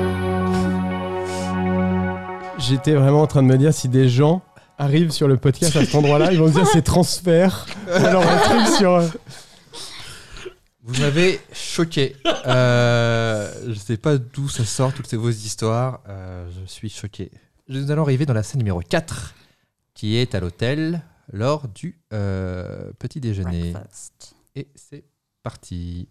J'étais vraiment en train de me dire si des gens arrivent sur le podcast à cet endroit-là, ils vont se dire c'est transfert. Alors un truc sur... euh, Vous m'avez choqué. Euh, je sais pas d'où ça sort, toutes ces vos histoires. Euh, je suis choqué. Nous allons arriver dans la scène numéro quatre, qui est à l'hôtel lors du euh, petit déjeuner. Breakfast. Et c'est parti.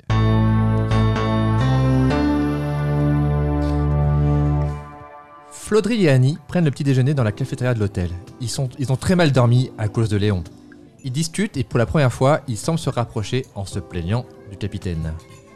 Flodry et Annie prennent le petit déjeuner dans la cafétéria de l'hôtel. Ils, sont, ils ont très mal dormi à cause de Léon. Ils discutent et pour la première fois, ils semblent se rapprocher en se plaignant du capitaine.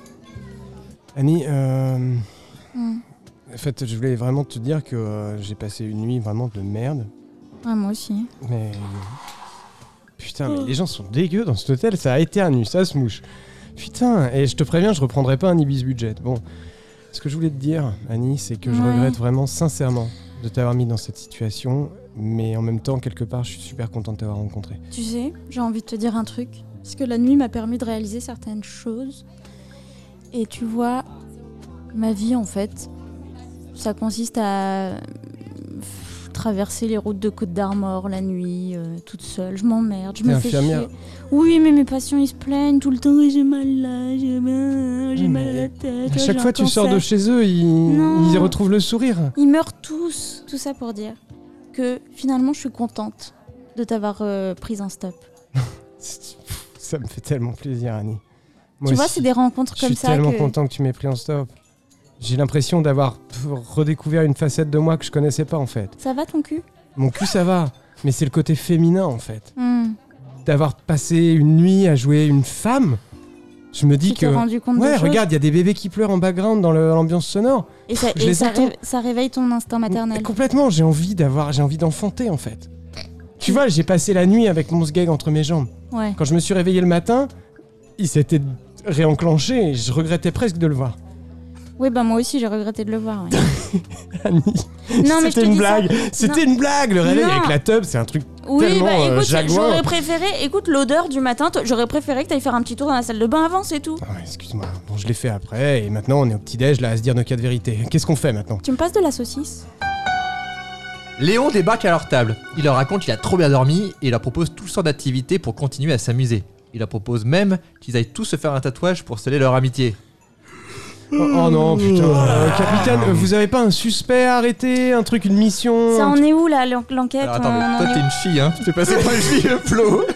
Annie, euh... Mm. en fait, je voulais vraiment te dire que euh, j'ai passé une nuit vraiment de merde. Ouais, moi aussi. Mais... Putain, mais les gens sont dégueux dans cet hôtel, ça a été un nu, ça se mouche. Putain, et je te préviens, je reprendrai pas un Ibis Budget. Bon, ce que je voulais te dire, Annie, c'est que je Ouais. regrette vraiment sincèrement de t'avoir mis dans cette situation, mais en même temps, quelque part, je suis super content de t'avoir rencontré. Tu sais, j'ai envie de te dire un truc. Parce que la nuit m'a permis de réaliser certaines choses. Et tu vois, ma vie, en fait, ça consiste à pff, traverser les routes de Côte d'Armor la nuit, euh, toute seule. Je m'emmerde, je T'es me fais infirmière. chier. Oui, mais mes patients, ils se plaignent tout le temps. J'ai mal là, j'ai mal, j'ai Oui, mal mais à la tête. À j'ai chaque un fois, tu sors de cancer. chez eux, ils, Non. ils retrouvent le sourire. Ils meurent tous. Tout ça pour dire que finalement, je suis contente de t'avoir euh, prise en stop. Ça me fait tellement plaisir, Annie. Moi tu vois, aussi, c'est des rencontres je comme suis ça tellement que... content que tu m'aies pris en stop. J'ai l'impression d'avoir pff, redécouvert une facette de moi que je connaissais pas, en fait. Ça va ton cul? Mon cul, ça va, mais c'est le côté féminin, en fait. Hmm. D'avoir passé une nuit à jouer une femme, je me dis Tu que... t'es rendu compte de Ouais, choses. regarde, il y a des bébés qui pleurent en background dans le- l'ambiance sonore. Et ça, je et les ça, entends. ré- ça réveille ton instinct maternel. Complètement, j'ai envie d'avoir, j'ai envie d'enfanter, en fait. Tu vois, j'ai passé la nuit avec mon sgeg entre mes jambes. Ouais. Quand je me suis réveillé le matin, il s'était réenclenché et je regrettais presque de le voir. Oui, bah moi aussi, j'ai regretté de le voir. ouais. Annie, Non, mais je te c'était une dis ça. blague. C'était une blague. Le réveil Non. avec la tub, c'est un truc. Oui, Tellement, bah euh, écoute, jaguar. j'aurais préféré... Écoute, l'odeur du matin, t- j'aurais préféré que t'ailles faire un petit tour dans la salle de bain avant, c'est tout. Ah ouais, excuse-moi. Bon, je l'ai fait après et maintenant on est au petit-déj là à se dire nos cas de vérité. Qu'est-ce qu'on fait maintenant? Tu me passes de la saucisse? Léon débarque à leur table. Il leur raconte qu'il a trop bien dormi et il leur propose toutes sortes d'activités pour continuer à s'amuser. Il leur propose même qu'ils aillent tous se faire un tatouage pour sceller leur amitié. Oh, oh non, putain. Euh, capitaine, euh, vous avez pas un suspect à arrêter? Un truc, une mission? Ça un en truc- est où, là, l'en- l'enquête? Alors attends, On mais en toi est t'es où une fille, hein. T'es passé par une fille, le Flo.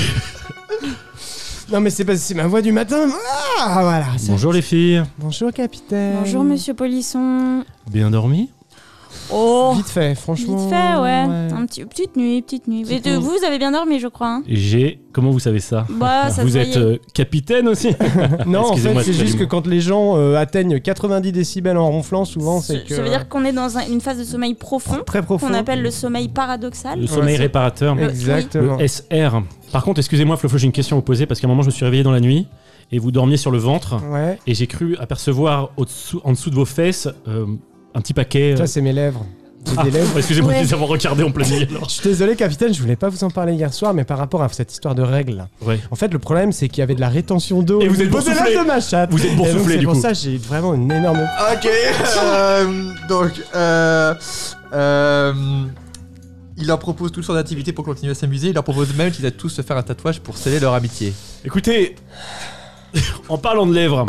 Non, mais c'est pas, c'est ma voix du matin. Ah, voilà. ça- Bonjour les filles. Bonjour, capitaine. Bonjour, monsieur Polisson. Bien dormi? Oh, Vite fait, franchement. vite fait, ouais. Un petit, petite nuit, petite nuit. Petite Mais, euh, nuit. vous, vous avez bien dormi, je crois. Hein. J'ai... Comment vous savez ça? Bah, ça Vous se êtes voyait. euh, capitaine aussi? Non, en fait, Excusez-moi, c'est c'est juste que l'humour. quand les gens euh, atteignent quatre-vingt-dix décibels en ronflant, souvent, c'est Ça- que. Ça veut dire qu'on est dans un- une phase de sommeil profond, Très profond. qu'on appelle le sommeil paradoxal. Le sommeil C'est- réparateur. Le- Exactement. Le S R. Par contre, excusez-moi, Flo, j'ai une question à vous poser parce qu'à un moment, je me suis réveillé dans la nuit et vous dormiez sur le ventre Ouais. et j'ai cru apercevoir au-dessous, en dessous de vos fesses euh, un petit paquet. euh, Ça, c'est mes lèvres. J'ai ah, des lèvres. excusez-moi Ouais. de les avoir regardés en pleine nuit. alors. Je suis désolé, capitaine, je voulais pas vous en parler hier soir, mais par rapport à cette histoire de règles. là. Ouais. En fait, le problème, c'est qu'il y avait de la rétention d'eau. Et au vous êtes niveau de boursouflé. l'âge de ma chatte. Vous êtes Et donc, boursouflé, c'est du pour coup. ça j'ai vraiment une énorme. Ok. euh, donc, euh, euh, il leur propose toutes sortes d'activités pour continuer à s'amuser. Il leur propose même qu'ils aillent tous se faire un tatouage pour sceller leur amitié. Écoutez, en parlant de lèvres,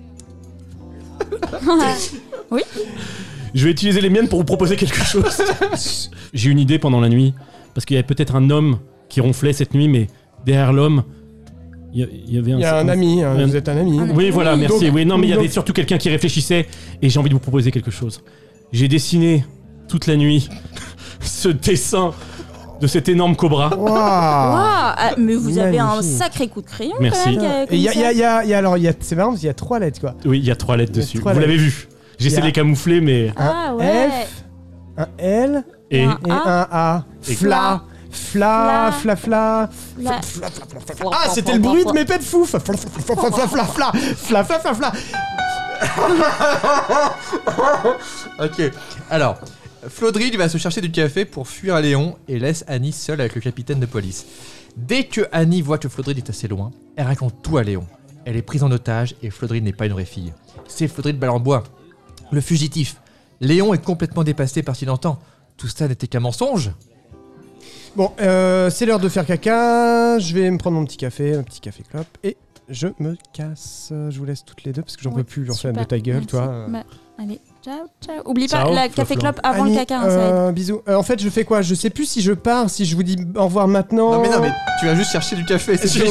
Oui. je vais utiliser les miennes pour vous proposer quelque chose. J'ai eu une idée pendant la nuit, parce qu'il y avait peut-être un homme qui ronflait cette nuit, mais derrière l'homme, il y, a- il y avait un... Il y a un ami, hein, un- vous êtes un ami. Un Oui, voilà, Oui. merci. Donc- oui, non, mais il y avait donc- surtout quelqu'un qui réfléchissait, et j'ai envie de vous proposer quelque chose. J'ai dessiné toute la nuit ce dessin de cet énorme cobra. Waouh. Waouh, ah, mais vous avez un Magnifique. sacré coup de crayon Merci. quand même. qui a- Et comme il y a, ça. il y a- il y a- il y a- alors, il y a, c'est marrant parce qu'il y a trois lettres quoi. Oui, il y a trois lettres Il y a dessus. trois Vous lettres. l'avez vu. J'essaie Il y a- de les camoufler, mais... Ah un ouais. F, un L Et... Un et un A. Et- Fla. Fla, fla, fla. La- Ah, c'était le bruit de mes pets de fou. Fla, fla, fla, fla, fla, fla, fla, fla, fla, fla, fla, fla. Ok. Alors, Flodrig va se chercher du café pour fuir Léon et laisse Annie seule avec le capitaine de police. Dès que Annie voit que Flodrig est assez loin, elle raconte tout à Léon. Elle est prise en otage et Flodrig n'est pas une vraie fille. C'est Flodrig Balambois, le fugitif. Léon est complètement dépassé par ce qu'il entend. Tout ça n'était qu'un mensonge. Bon, euh, c'est l'heure de faire caca. Je vais me prendre mon petit café, un petit café clope, et je me casse. Je vous laisse toutes les deux parce que j'en Ouais, peux plus. En fait, super, de ta gueule, merci. toi. Bah, allez, ciao, ciao. Oublie Ciao, pas la Flo, café Flo. clope avant Annie, le caca, hein, ça va être- euh, bisous. Euh, en fait, je fais quoi? Je sais plus si je pars, si je vous dis au revoir maintenant. Non mais non mais tu vas juste chercher du café. C'est Je- tout.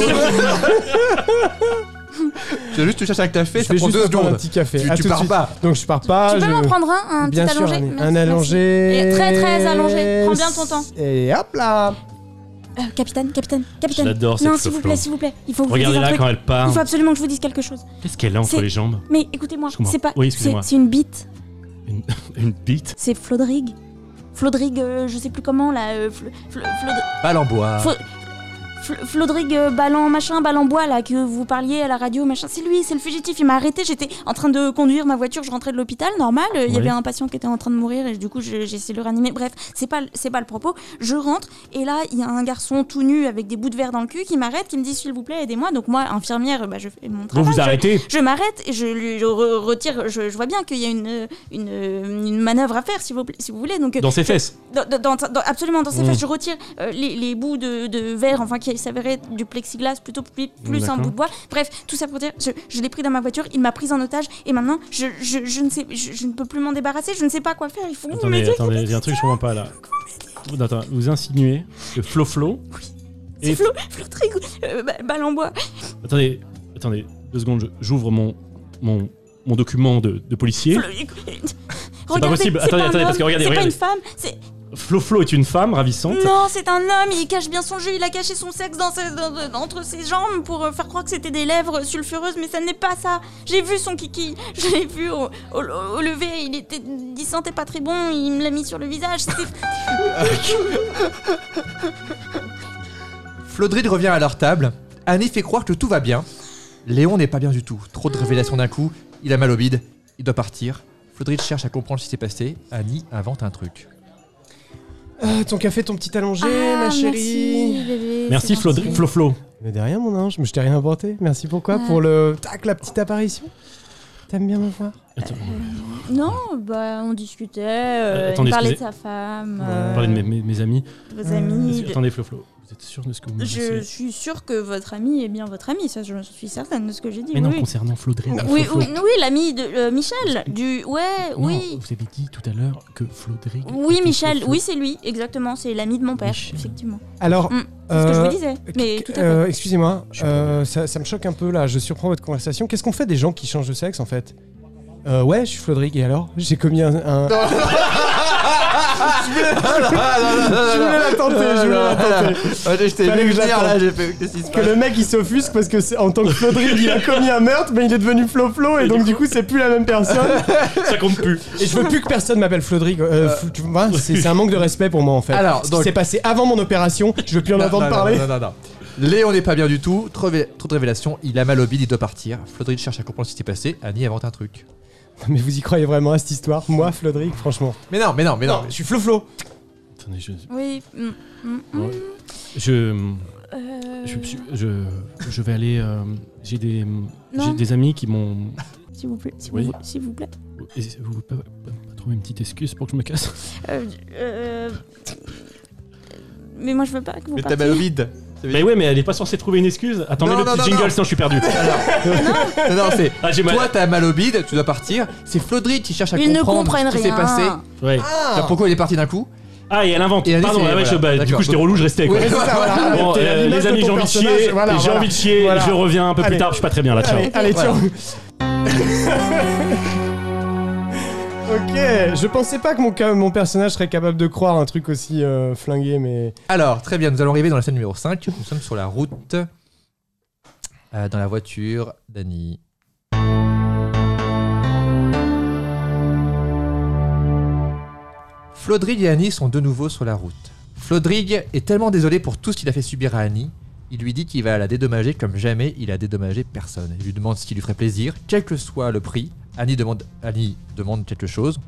Tu vas juste te chercher un café, Je ça vais prend juste deux me prendre un secondes. petit café. Tu, À tu tout de pars suite. pas. Donc je pars pas. Tu peux je... m'en prendre un, un Bien petit sûr, allongé. Annie. Merci, un merci. allongé. Et très, très allongé. Prends bien ton temps. Et hop là. Euh, capitaine, capitaine, capitaine. J'adore cette Non, s'il vous Flo-Flo. plaît, s'il vous plaît. Il faut que je vous dise un Regardez-la truc. quand elle part. Il faut absolument que je vous dise quelque chose. Qu'est-ce qu'elle a entre C'est- les jambes? Mais écoutez-moi, Je comprends. c'est pas. Oui, c'est excusez-moi. c'est une bite. Une, une bite? C'est Flodrig. Flodrig, euh, je sais plus comment là. Euh, Flo- Flo- Flod- Balambois. Flo- Fl- Flodrig euh, Ballan machin, Balambois là que vous parliez à la radio machin. C'est lui, c'est le fugitif. Il m'a arrêté. J'étais en train de conduire ma voiture. Je rentrais de l'hôpital, normal. euh, Il y Oui. avait un patient qui était en train de mourir et du coup j'ai j'ai essayé de le réanimer. Bref, c'est pas c'est pas le propos. Je rentre et là il y a un garçon tout nu avec des bouts de verre dans le cul qui m'arrête, qui me dit s'il vous plaît aidez-moi. Donc moi infirmière, bah, je fais mon Vous travail. vous Je- arrêtez? Je m'arrête et je lui je re- retire. Je, je vois bien qu'il y a une, une, une manœuvre à faire, si vous, pla- si vous voulez. Donc, euh, Dans ses fesses? dans, dans- dans- absolument, dans ses Mmh. fesses, je retire euh, les, les bouts de, de verre, enfin qui s'avéraient du plexiglas plutôt plus, plus un D'accord. bout de bois. Bref, tout ça pour dire, je, je l'ai pris dans ma voiture, il m'a prise en otage et maintenant je, je, je ne sais, je, je ne peux plus m'en débarrasser, je ne sais pas quoi faire. Il faut que vous Attendez, m'aidiez. attendez, il y a un truc que je comprends pas là. Vous, attends, vous insinuez que Flo-Flo. C'est et- Flo, Flodrig, euh, ba- balle en bois. Attendez, attendez, deux secondes, je- j'ouvre mon, mon, mon document de, de policier. Flo- Regardez, possible. c'est Attendez, pas un attendez, parce homme, que regardez, c'est pas regardez. une femme, c'est Flo-Flo est une femme ravissante. non, c'est un homme. Il cache bien son jeu. Il a caché son sexe dans ses- dans- dans- entre ses jambes pour euh, faire croire que c'était des lèvres sulfureuses, mais ça n'est pas ça. J'ai vu son kiki. Je l'ai vu au, au, au lever. Il était, il sentait pas très bon. Il me l'a mis sur le visage. C'était Flodrig revient à leur table. Annie fait croire que tout va bien. Léon n'est pas bien du tout. Trop de révélations d'un coup. Il a mal au bide. Il doit partir. Flodrig cherche à comprendre ce qui s'est passé. Annie invente un truc. Ah, ton café, ton petit allongé, Ah, ma chérie. Merci, bébé, Merci c'est gentil. Flodri- Flo-Flo. Mais derrière mon ange, mais je t'ai rien inventé. Merci pourquoi Ouais. Pour le tac, la petite apparition. T'aimes bien me voir? Attends, Non, bah on discutait. euh, Euh, attendez, il parlait de excusez. sa femme, on va euh, parler de mes, mes- mes amis. vos Euh, amis. de- Attendez, Flo-Flo, vous êtes sûr de ce que vous me Je dites? suis sûre que votre ami est bien votre ami. Ça, je suis certaine de ce que j'ai dit. Mais oui, non, oui. concernant Flodrig. Oui, Flo-Flo. oui, oui, l'ami de euh, Michel, du... Ouais, Non, oui. vous avez dit tout à l'heure que Flodrig. Oui, était Michel, Flo-Flo. oui, c'est lui, exactement, c'est l'ami de mon père, Michel. effectivement. Alors, Mm, C'est ce que je euh, vous disais, mais tout à fait. euh, excusez-moi, Je suis euh, ça, ça me choque un peu là, je surprends votre conversation. Qu'est-ce qu'on fait des gens qui changent de sexe en fait? Euh, ouais, je suis Flodrig, et alors? J'ai commis un. un... Je voulais la tenter, je voulais la tenter. Je t'ai Fallait vu que le dire j'attende. là, j'ai fait. Qu'est-ce qui se Que passe? le mec il s'offusque parce que c'est- en tant que Flodrig il a commis un meurtre, mais il est devenu Flo-Flo et donc du coup c'est plus la même personne. Ça compte plus. Et je veux plus que personne m'appelle Flodrig. Euh, f- tu vois, c'est c'est un manque de respect pour moi en fait. Alors, Ce donc- qui s'est passé avant mon opération, je veux plus en Non, entendre non, non, parler. Non, non, non. Léon n'est pas bien du tout. Trop, ré- trop de révélations. Il a mal au bide, il doit partir. Flodrig cherche à comprendre ce qui s'est passé. Annie invente un truc. Mais vous y croyez vraiment à cette histoire? Moi, Flodrig, franchement. Mais non, mais non, mais non. je suis Flo-Flo. Attendez, je. Oui. mm, mm, mm, Ouais. Je. euh, Je, suis- je, je vais aller. euh, j'ai des, Non. j'ai des amis qui m'ont. S'il vous plaît, s'il Oui. vous, s'il vous plaît. et Vous pouvez pas, pas- pas trouver une petite excuse pour que je me casse? Euh, euh, Mais moi, je veux pas que vous Mais t'as partiez. mal au bide. Mais ouais, mais elle est pas censée trouver une excuse. Attendez Non, le non, petit non, jingle, non. sinon je suis perdu. Non, non, c'est. Ah, j'ai mal. Toi, t'as mal au bide, tu dois partir. C'est Flodrig qui cherche à Ils ne comprendre comprennent ce qui s'est rien. passé. Ouais. Ah. Pourquoi il est parti d'un coup? Ah, et elle invente. Et Alice, Pardon, c'est- ah ouais, je- voilà, bah, du d'accord. coup, j'étais relou, je restais. Quoi. Ouais, C'est ça, voilà. Bon, T'es euh, l'image les de amis, ton j'ai envie de personnage, chier. voilà, J'ai voilà. envie de chier. Voilà. Je reviens un peu Allez. plus tard. Je suis pas très bien là. Ciao. Allez, allez, Voilà. tiens. Ok, je pensais pas que mon, ca- mon personnage serait capable de croire un truc aussi euh, flingué, mais. Alors, très bien, nous allons arriver dans la scène numéro cinq. Nous sommes sur la route, euh, dans la voiture d'Annie. Flodrig et Annie sont de nouveau sur la route. Flodrig est tellement désolé pour tout ce qu'il a fait subir à Annie, il lui dit qu'il va la dédommager comme jamais il a dédommagé personne. Il lui demande ce qui lui ferait plaisir, quel que soit le prix. Annie demande, Annie demande quelque chose.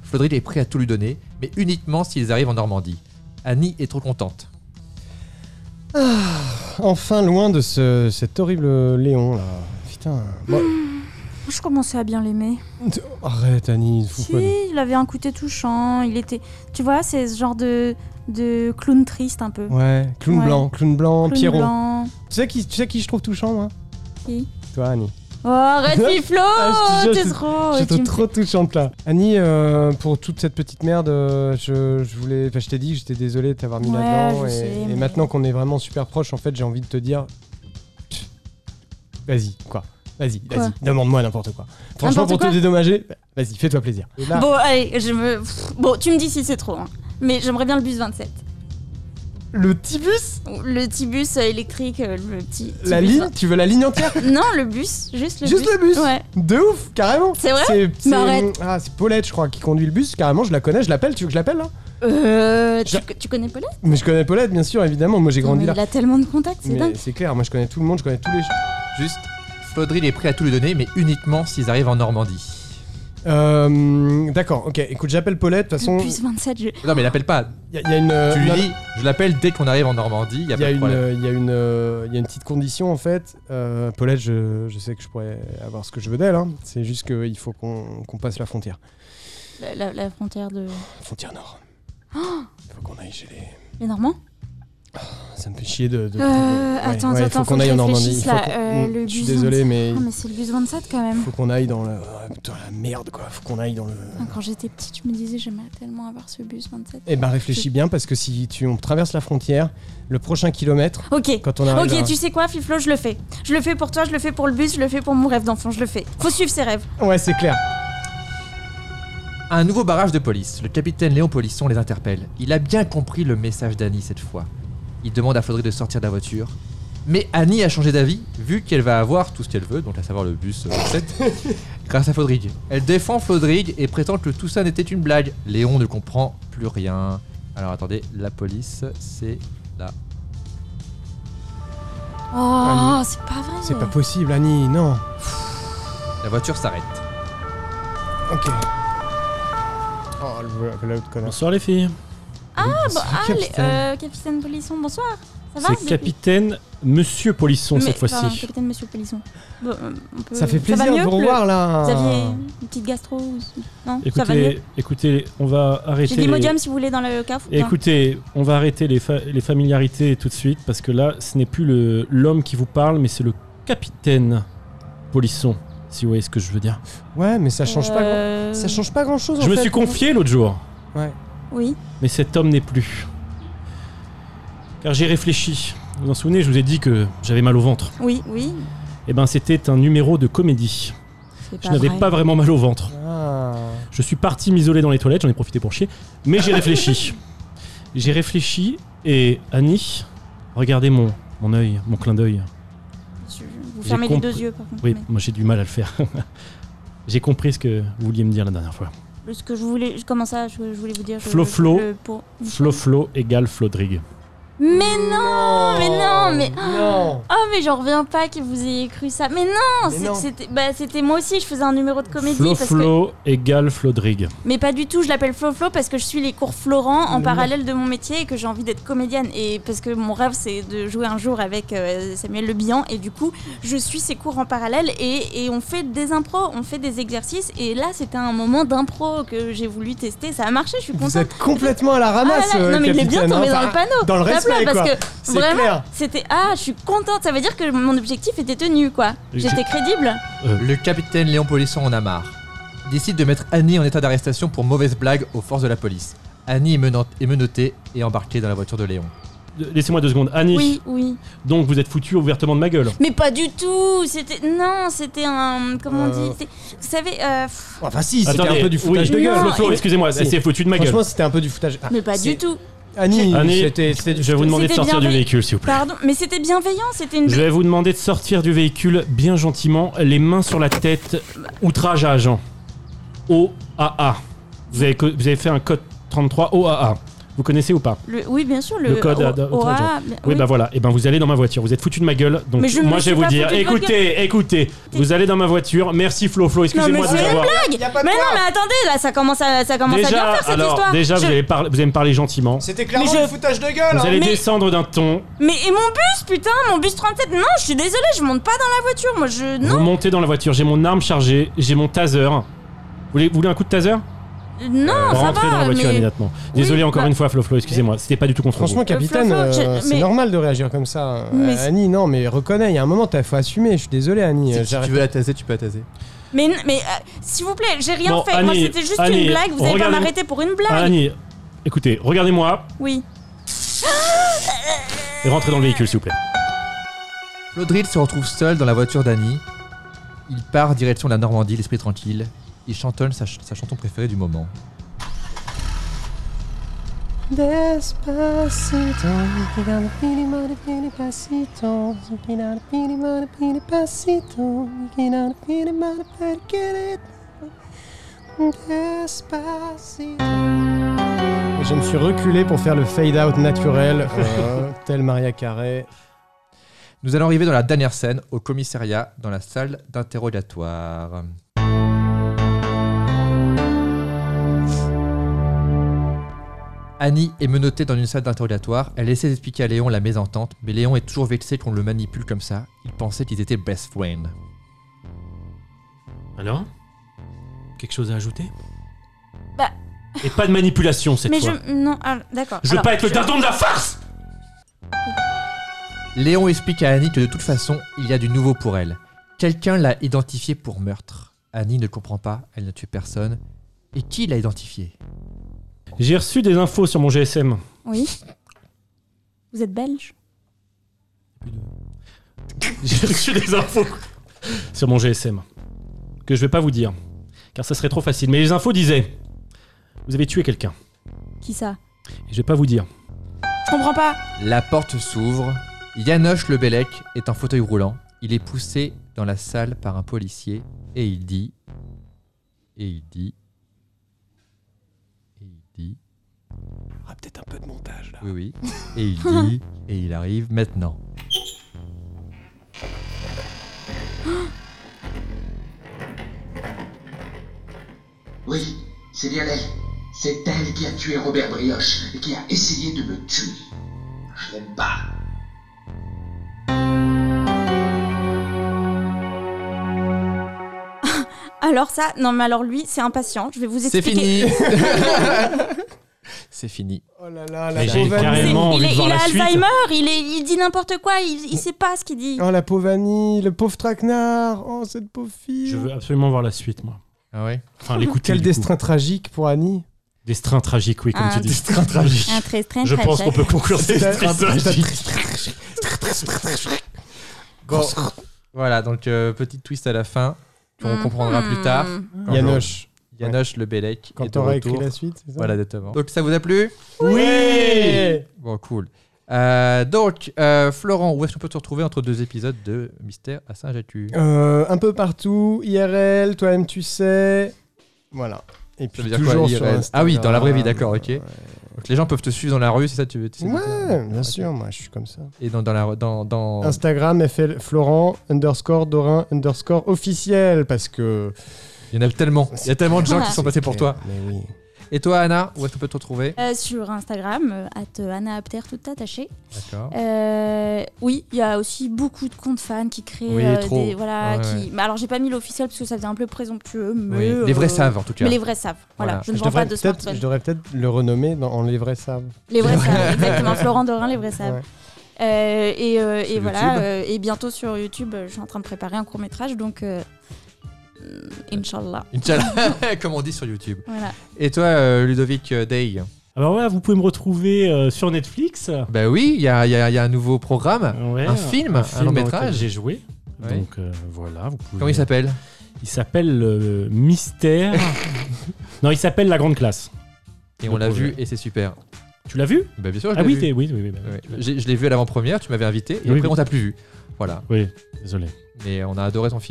Flodrig est prêt à tout lui donner, mais uniquement s'ils arrivent en Normandie. Annie est trop contente. Ah, enfin loin de ce, cet horrible Léon là. Putain. Bon. Je commençais à bien l'aimer. Arrête Annie, fous Si, pas de- il avait un côté touchant, il était... Tu vois, c'est ce genre de, de clown triste un peu. Ouais, clown Ouais. blanc, clown blanc, Clown Pierrot. blanc. Tu sais qui, tu sais qui je trouve touchant moi? Qui Toi Annie. Oh, arrête Fiflo, Ah, je te jure, t'es je- trop... je tu trouve me trop touchante là. Annie, euh, pour toute cette petite merde, euh, je, je voulais, enfin, je t'ai dit que j'étais désolé de t'avoir mis Ouais, là-dedans. je Et, sais, et mais- maintenant qu'on est vraiment super proches, en fait, j'ai envie de te dire, Pff, vas-y, quoi. Vas-y, Quoi vas-y, demande-moi n'importe quoi. Franchement, N'importe pour quoi te dédommager, vas-y, fais-toi plaisir. Et là, Bon, allez, je me... Pff, Bon, tu me dis si c'est trop, hein. Mais j'aimerais bien le bus vingt-sept. le petit bus, Le petit bus euh, électrique, euh, le petit... petit la bus, ligne, hein. tu veux la ligne entière? Non, le bus, juste le Juste bus. le bus Ouais. De ouf, carrément. C'est vrai C'est, c'est- Mais arrête. Ah, c'est Paulette, je crois, qui conduit le bus. Carrément, je la connais, je l'appelle. Tu veux que je l'appelle là? Euh... Tu, Je- tu connais Paulette? Mais je connais Paulette, bien sûr, évidemment. Moi, j'ai Non, grandi mais là. il a tellement de contacts, c'est Mais dingue. c'est clair, moi je connais tout le monde, je connais tous les. Juste, Flodrig est prêt à tout lui donner, mais uniquement s'ils arrivent en Normandie. Euh, D'accord, ok. Écoute, j'appelle Paulette. De toute façon, Le bus vingt-sept, je... Non, mais l'appelle pas. il y, a- y a une. Tu lui non, dis, je l'appelle dès qu'on arrive en Normandie, y a Il y pas a de une, problème. il y a une, euh, il y a une petite condition en fait. Euh, Paulette, je, je sais que je pourrais avoir ce que je veux d'elle. Hein. C'est juste qu'il faut qu'on qu'on passe la frontière. la, la- la frontière de... La frontière nord. Oh, Il faut qu'on aille chez les. les Normands? Ça me fait chier de. de- Euh, ouais, attends, ouais, attends, faut qu'on que aille je en Normandie. réfléchisse, Il faut là. qu'on- Euh, Mm, le je suis bus désolé, vingt-sept. mais Ah, mais c'est le bus vingt-sept quand même. faut qu'on aille dans le. ah, putain, la merde quoi. Faut qu'on aille dans le. Quand j'étais petite, je me disais j'aimerais tellement avoir ce bus vingt-sept. Eh ben réfléchis bien parce que si tu on traverse la frontière, le prochain kilomètre, Ok. quand on arrive. Ok, à- tu sais quoi, Fiflo, je le fais. Je le fais pour toi, je le fais pour le bus, je le fais pour mon rêve d'enfant, je le fais. Faut suivre ses rêves. Ouais, c'est clair. Un nouveau barrage de police. Le capitaine Léon Polisson les interpelle. Il a bien compris le message d'Annie cette fois. Il demande à Flodrig de sortir de la voiture. Mais Annie a changé d'avis, vu qu'elle va avoir tout ce qu'elle veut, donc à savoir le bus vingt-sept, grâce à Flodrig. Elle défend Flodrig et prétend que tout ça n'était une blague. Léon ne comprend plus rien. Alors attendez, la police, c'est là. Oh, Annie. c'est pas vrai. C'est pas possible, Annie, non. La voiture s'arrête. Ok. Oh, le- l'autre connard. Bonsoir les filles. Ah, bah, ah, les- capitaine. euh, capitaine Polisson, bonsoir. Ça va C'est depuis- capitaine Monsieur Polisson Mais, cette pardon, fois-ci. capitaine Monsieur Polisson. Bon, euh, on peut- Ça fait va plaisir mieux, de vous le- revoir là. Vous aviez une petite gastro ou... Non, ça va mieux. Écoutez, écoutez, on va J'ai arrêter. de Les... l'imodium si vous voulez dans le caf. ou pas Écoutez, on va arrêter les, fa- les familiarités tout de suite parce que là, ce n'est plus le- l'homme qui vous parle, mais c'est le capitaine Polisson, si vous voyez ce que je veux dire. Ouais, mais ça change pas. Euh, grand- Ça change pas grand chose. Je me suis confié l'autre jour, Ouais. Oui. mais cet homme n'est plus. Car j'ai réfléchi. Vous vous en souvenez, je vous ai dit que j'avais mal au ventre. Oui, oui. Eh ben, c'était un numéro de comédie. C'est Je n'avais vrai. pas vraiment mal au ventre. Ah. Je suis parti m'isoler dans les toilettes, j'en ai profité pour chier. Mais j'ai réfléchi. J'ai réfléchi et Annie, regardez mon, mon œil, mon clin d'œil. Je- Vous J'ai fermez les compris- deux yeux par contre. Oui, mais- moi j'ai du mal à le faire. J'ai compris ce que vous vouliez me dire la dernière fois. Ce que je voulais, comment ça, je, je voulais vous dire. je- Flo, Flo. le pot- Flo Flo égale Flodrig. Mais non, mais non, mais Non. oh mais j'en reviens pas que vous ayez cru ça. Mais non, Mais c'est- non. c'était, bah c'était moi aussi, je faisais un numéro de comédie Flo parce que, Flo égale Flodrig. mais pas du tout. Je l'appelle Flo Flo parce que je suis les cours Florent en Mais parallèle de mon métier et que j'ai envie d'être comédienne et parce que mon rêve c'est de jouer un jour avec euh, Samuel Le Bihan et du coup je suis ces cours en parallèle et, et on fait des impros, on fait des exercices et là c'était un moment d'impro que j'ai voulu tester. Ça a marché, je suis Vous contente. êtes complètement à la Ah ramasse. là là, euh, non mais il est bien capitaine, tombé hein. dans le Enfin, panneau. Dans le Tape-le, respect, parce quoi. que C'est vraiment, clair. c'était ah, je suis contente. Ça veut dire que mon objectif était tenu, quoi. J'étais crédible. Le capitaine Léon Polisson en a marre. Il décide de mettre Annie en état d'arrestation pour mauvaise blague aux forces de la police. Annie est, menant- est menottée et embarquée dans la voiture de Léon. Euh, Laissez-moi deux secondes. Annie, Oui, oui. donc vous êtes foutu ouvertement de ma gueule. Mais pas du tout. C'était non, c'était un comment on Euh. dit. c'est- Vous savez, euh, pff, Enfin, si, c'était Attendez, un peu du foutage oui, de gueule. Non, Flo Flo, et- excusez-moi, Si. c'est foutu de ma gueule. Franchement, c'était un peu du foutage. Ah, mais pas c'est- du tout. Annie, Annie, c'était c'était du Je vais vous foutage. demander de C'était sortir du bienveillant. véhicule, s'il vous plaît. Pardon, mais c'était bienveillant. C'était une. Je vais vous demander de sortir du véhicule bien gentiment, les mains sur la tête, outrage à agent. O A A. Vous avez, co- vous avez fait un code trente-trois O A A. Vous connaissez ou pas? Le, oui, bien sûr, le, Le code o- à- à- aura. Oui, oui. bah voilà, et ben vous allez dans ma voiture, vous êtes foutu de ma gueule, donc Mais je me moi je suis vais vous pas dire, foutu de votre écoutez, écoutez, vous allez dans ma voiture, merci Flo Flo, Non, excusez-moi mais de vous c'est une avoir... blague. Y a pas de Mais non, quoi. mais attendez, là, ça commence à, ça commence à bien Déjà, faire cette alors, histoire. déjà Je- vous, allez par- vous allez me parler gentiment, C'était clairement Mais je- du foutage de gueule. vous hein. allez mais- descendre d'un ton, Mais et mon bus, putain, mon bus trente-sept. Non, je suis désolée, je monte pas dans la voiture. Moi, je. vous Non, montez dans la voiture, j'ai mon arme chargée, j'ai mon taser. Vous voulez, vous voulez un coup de taser? non, ça Rentrez va. dans la voiture mais... immédiatement. Désolé Oui, encore bah- une fois Flo Flo, excusez-moi, c'était pas du tout contre Franchement, vous. capitaine, Flo, Flo, euh, je- c'est mais- normal de réagir comme ça. Mais Euh, c'est- Annie, non, mais reconnais, il y a un moment, t'as faut assumer. Je suis désolé, Annie. Si, euh, si j'arrête- tu veux la taser, tu peux la taser. Mais, mais euh, s'il vous plaît, j'ai rien Bon, fait. Moi, Annie, c'était juste Annie, une blague. Vous allez pas regardez- m'arrêter pour une Ah, blague. Annie, écoutez, regardez-moi Oui. et rentrez dans le véhicule s'il vous plaît. Flodril se retrouve seul dans la voiture d'Annie. Il part direction de la Normandie, l'esprit tranquille. Il chantonne sa, ch- sa chanson préférée du moment. Despacito, pegando pili mare pili passito, pegando pili mare pili passito, pegando pili mare per querer. Despacito. Je me suis reculé pour faire le fade out naturel, euh, tel Maria Carey. Nous allons arriver dans la dernière scène, au commissariat, dans la salle d'interrogatoire. Annie est menottée dans une salle d'interrogatoire. Elle essaie d'expliquer à Léon la mésentente, mais Léon est toujours vexé qu'on le manipule comme ça. Il pensait qu'ils étaient best friends. Alors? Quelque chose à ajouter? Bah. Et pas de manipulation cette Mais fois. je. Non, ah, d'accord. Je veux Alors, pas être le je- dindon de la farce! Léon explique à Annie que de toute façon, il y a du nouveau pour elle. Quelqu'un l'a identifié pour meurtre. Annie ne comprend pas, elle n'a tué personne. Et qui l'a identifié? J'ai reçu des infos sur mon G S M. Oui. Vous êtes belge? J'ai reçu des infos sur mon G S M. Que je vais pas vous dire. Car ça serait trop facile. Mais les infos disaient: vous avez tué quelqu'un. Qui ça? Et je vais pas vous dire. Je comprends pas. La porte s'ouvre. Yanoche Le Bellec est en fauteuil roulant. Il est poussé dans la salle par un policier et il dit... Et il dit... Et il dit... Il y aura peut-être un peu de montage là. Oui, oui. Et il dit... Et il arrive maintenant. Oui, c'est bien elle. C'est elle qui a tué Robert Brioche et qui a essayé de me tuer. Je l'aime pas. Alors ça, non mais alors lui, c'est impatient. Je vais vous C'est expliquer. fini. C'est fini. Oh là là, la Mais j'ai pauvre Annie. carrément- C'est- envie il de est- voir il la a suite. Alzheimer, il, est, il dit n'importe quoi, il, il sait pas ce qu'il dit. Oh la pauvre Annie, le pauvre traquenard. Oh cette pauvre fille. Je veux absolument voir la suite, moi. Ah ouais? Enfin, l'écouter. Quel du coup. destin tragique pour Annie. Destin tragique, oui, comme Ah, tu dis. Destin tragique. Un très très Je très pense très- qu'on peut conclure cette Destin tragique. Bon, voilà, donc euh, petit twist à la fin, qu'on Mhm. comprendra plus tard. Quand Yanoche. Yanoche Le Bellec est Quand de t'auras écrit retour. la suite, c'est ça? Voilà, exactement. Donc ça vous a plu? Oui. Bon, cool. Euh, donc, euh, Florent, où est-ce qu'on peut te retrouver entre deux épisodes de Mystère à Saint-Jatu? Euh, un peu partout, I R L, toi-même tu sais. Voilà. Et puis veut dire quoi, toujours I R L? sur Instagram. Ah oui, dans la vraie vie, d'accord, ok. Ouais, Donc les gens peuvent te suivre dans la rue, c'est ça tu veux tu sais Ouais, bien Ok. sûr, moi je suis comme ça. Et dans, dans la dans, dans... Instagram, F L Florent, underscore Dorin, underscore officiel, parce que... il y en a tellement. Il y a tellement de gens qui sont passés pour toi. Mais oui. Et toi, Anna, où est-ce qu'on peut te retrouver? Euh, sur Instagram, euh, at Anna Apter, tout attaché. D'accord. Euh, oui, il y a aussi beaucoup de comptes fans qui créent Oui, euh, trop. des voilà Ouais, qui. ouais. Mais alors j'ai pas mis l'officiel parce que ça faisait un peu présomptueux, mais Oui. Les vrais euh, savent en tout cas. Mais les vrais savent. Voilà, Voilà. je ne Je vends pas devrais de peut-être smartphone. je devrais peut-être le renommer dans, en Les Vrais Savent. Les vrais savent, exactement. Florent Dorin, les vrais savent. Ouais. Euh, et euh, Sur et voilà. YouTube. euh, et bientôt sur YouTube, euh, je suis en train de préparer un court métrage, donc euh, mm, Inch'Allah. Inch'Allah, comme on dit sur YouTube. Voilà. Et toi, euh, Ludovic euh, Day? Alors voilà, vous pouvez me retrouver euh, sur Netflix. Bah oui, il y a, il y a- il y a un nouveau programme. Ouais, Un film, un long dans lequel métrage. J'ai joué. Ouais. Donc euh, voilà, vous pouvez. Comment il s'appelle? Il s'appelle euh, Mystère. Non, il s'appelle La Grande Classe. Et on Le l'a projet. vu et c'est super. Tu l'as vu? Bah bien sûr, je Ah l'ai oui, vu. t'es- oui, oui, oui, bah, Ouais. tu l'as vu. J'ai- Je l'ai vu à l'avant-première, tu m'avais invité, et Oui, après oui. on t'a plus vu. Voilà. Oui, désolé. Mais on a adoré ton film.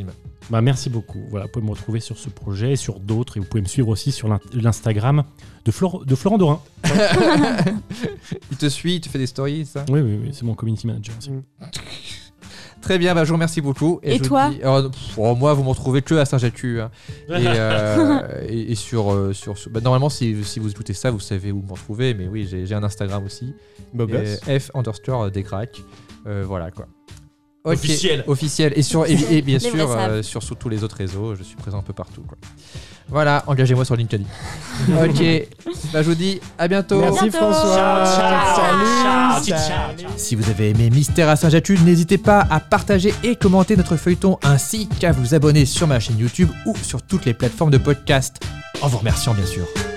Bah, merci beaucoup. Voilà, vous pouvez me retrouver sur ce projet et sur d'autres. Et vous pouvez me suivre aussi sur l'in- l'Instagram de, Flor- de Florent Dorin. Il te suit, il te fait des stories, ça. Oui, oui, oui, c'est mon community manager aussi. Très bien, bah, je vous remercie beaucoup. Et je vous toi dis- alors, pff, oh, moi, vous me retrouvez que à Saint-Jatu. Hein. Et, euh, et, et sur. euh, sur, sur- bah, normalement, si, si vous écoutez ça, vous savez où me retrouver. Mais oui, j'ai, j'ai un Instagram aussi. Beau gosse. Et F underscore des cracks. Euh, voilà quoi. Ok. Officiel. Officiel. Et, sur, et, et bien Les sûr, vrais savent. euh, sur, sur tous les autres réseaux, je suis présent un peu partout. Quoi. Voilà, engagez-moi sur LinkedIn. Ok. Bah, je vous dis à bientôt. Merci bientôt. François. Ciao, ciao. Salut. Ciao, ciao, Salut. ciao. Si vous avez aimé Mystère à Saint-Jatu, n'hésitez pas à partager et commenter notre feuilleton ainsi qu'à vous abonner sur ma chaîne YouTube ou sur toutes les plateformes de podcast. En vous remerciant bien sûr.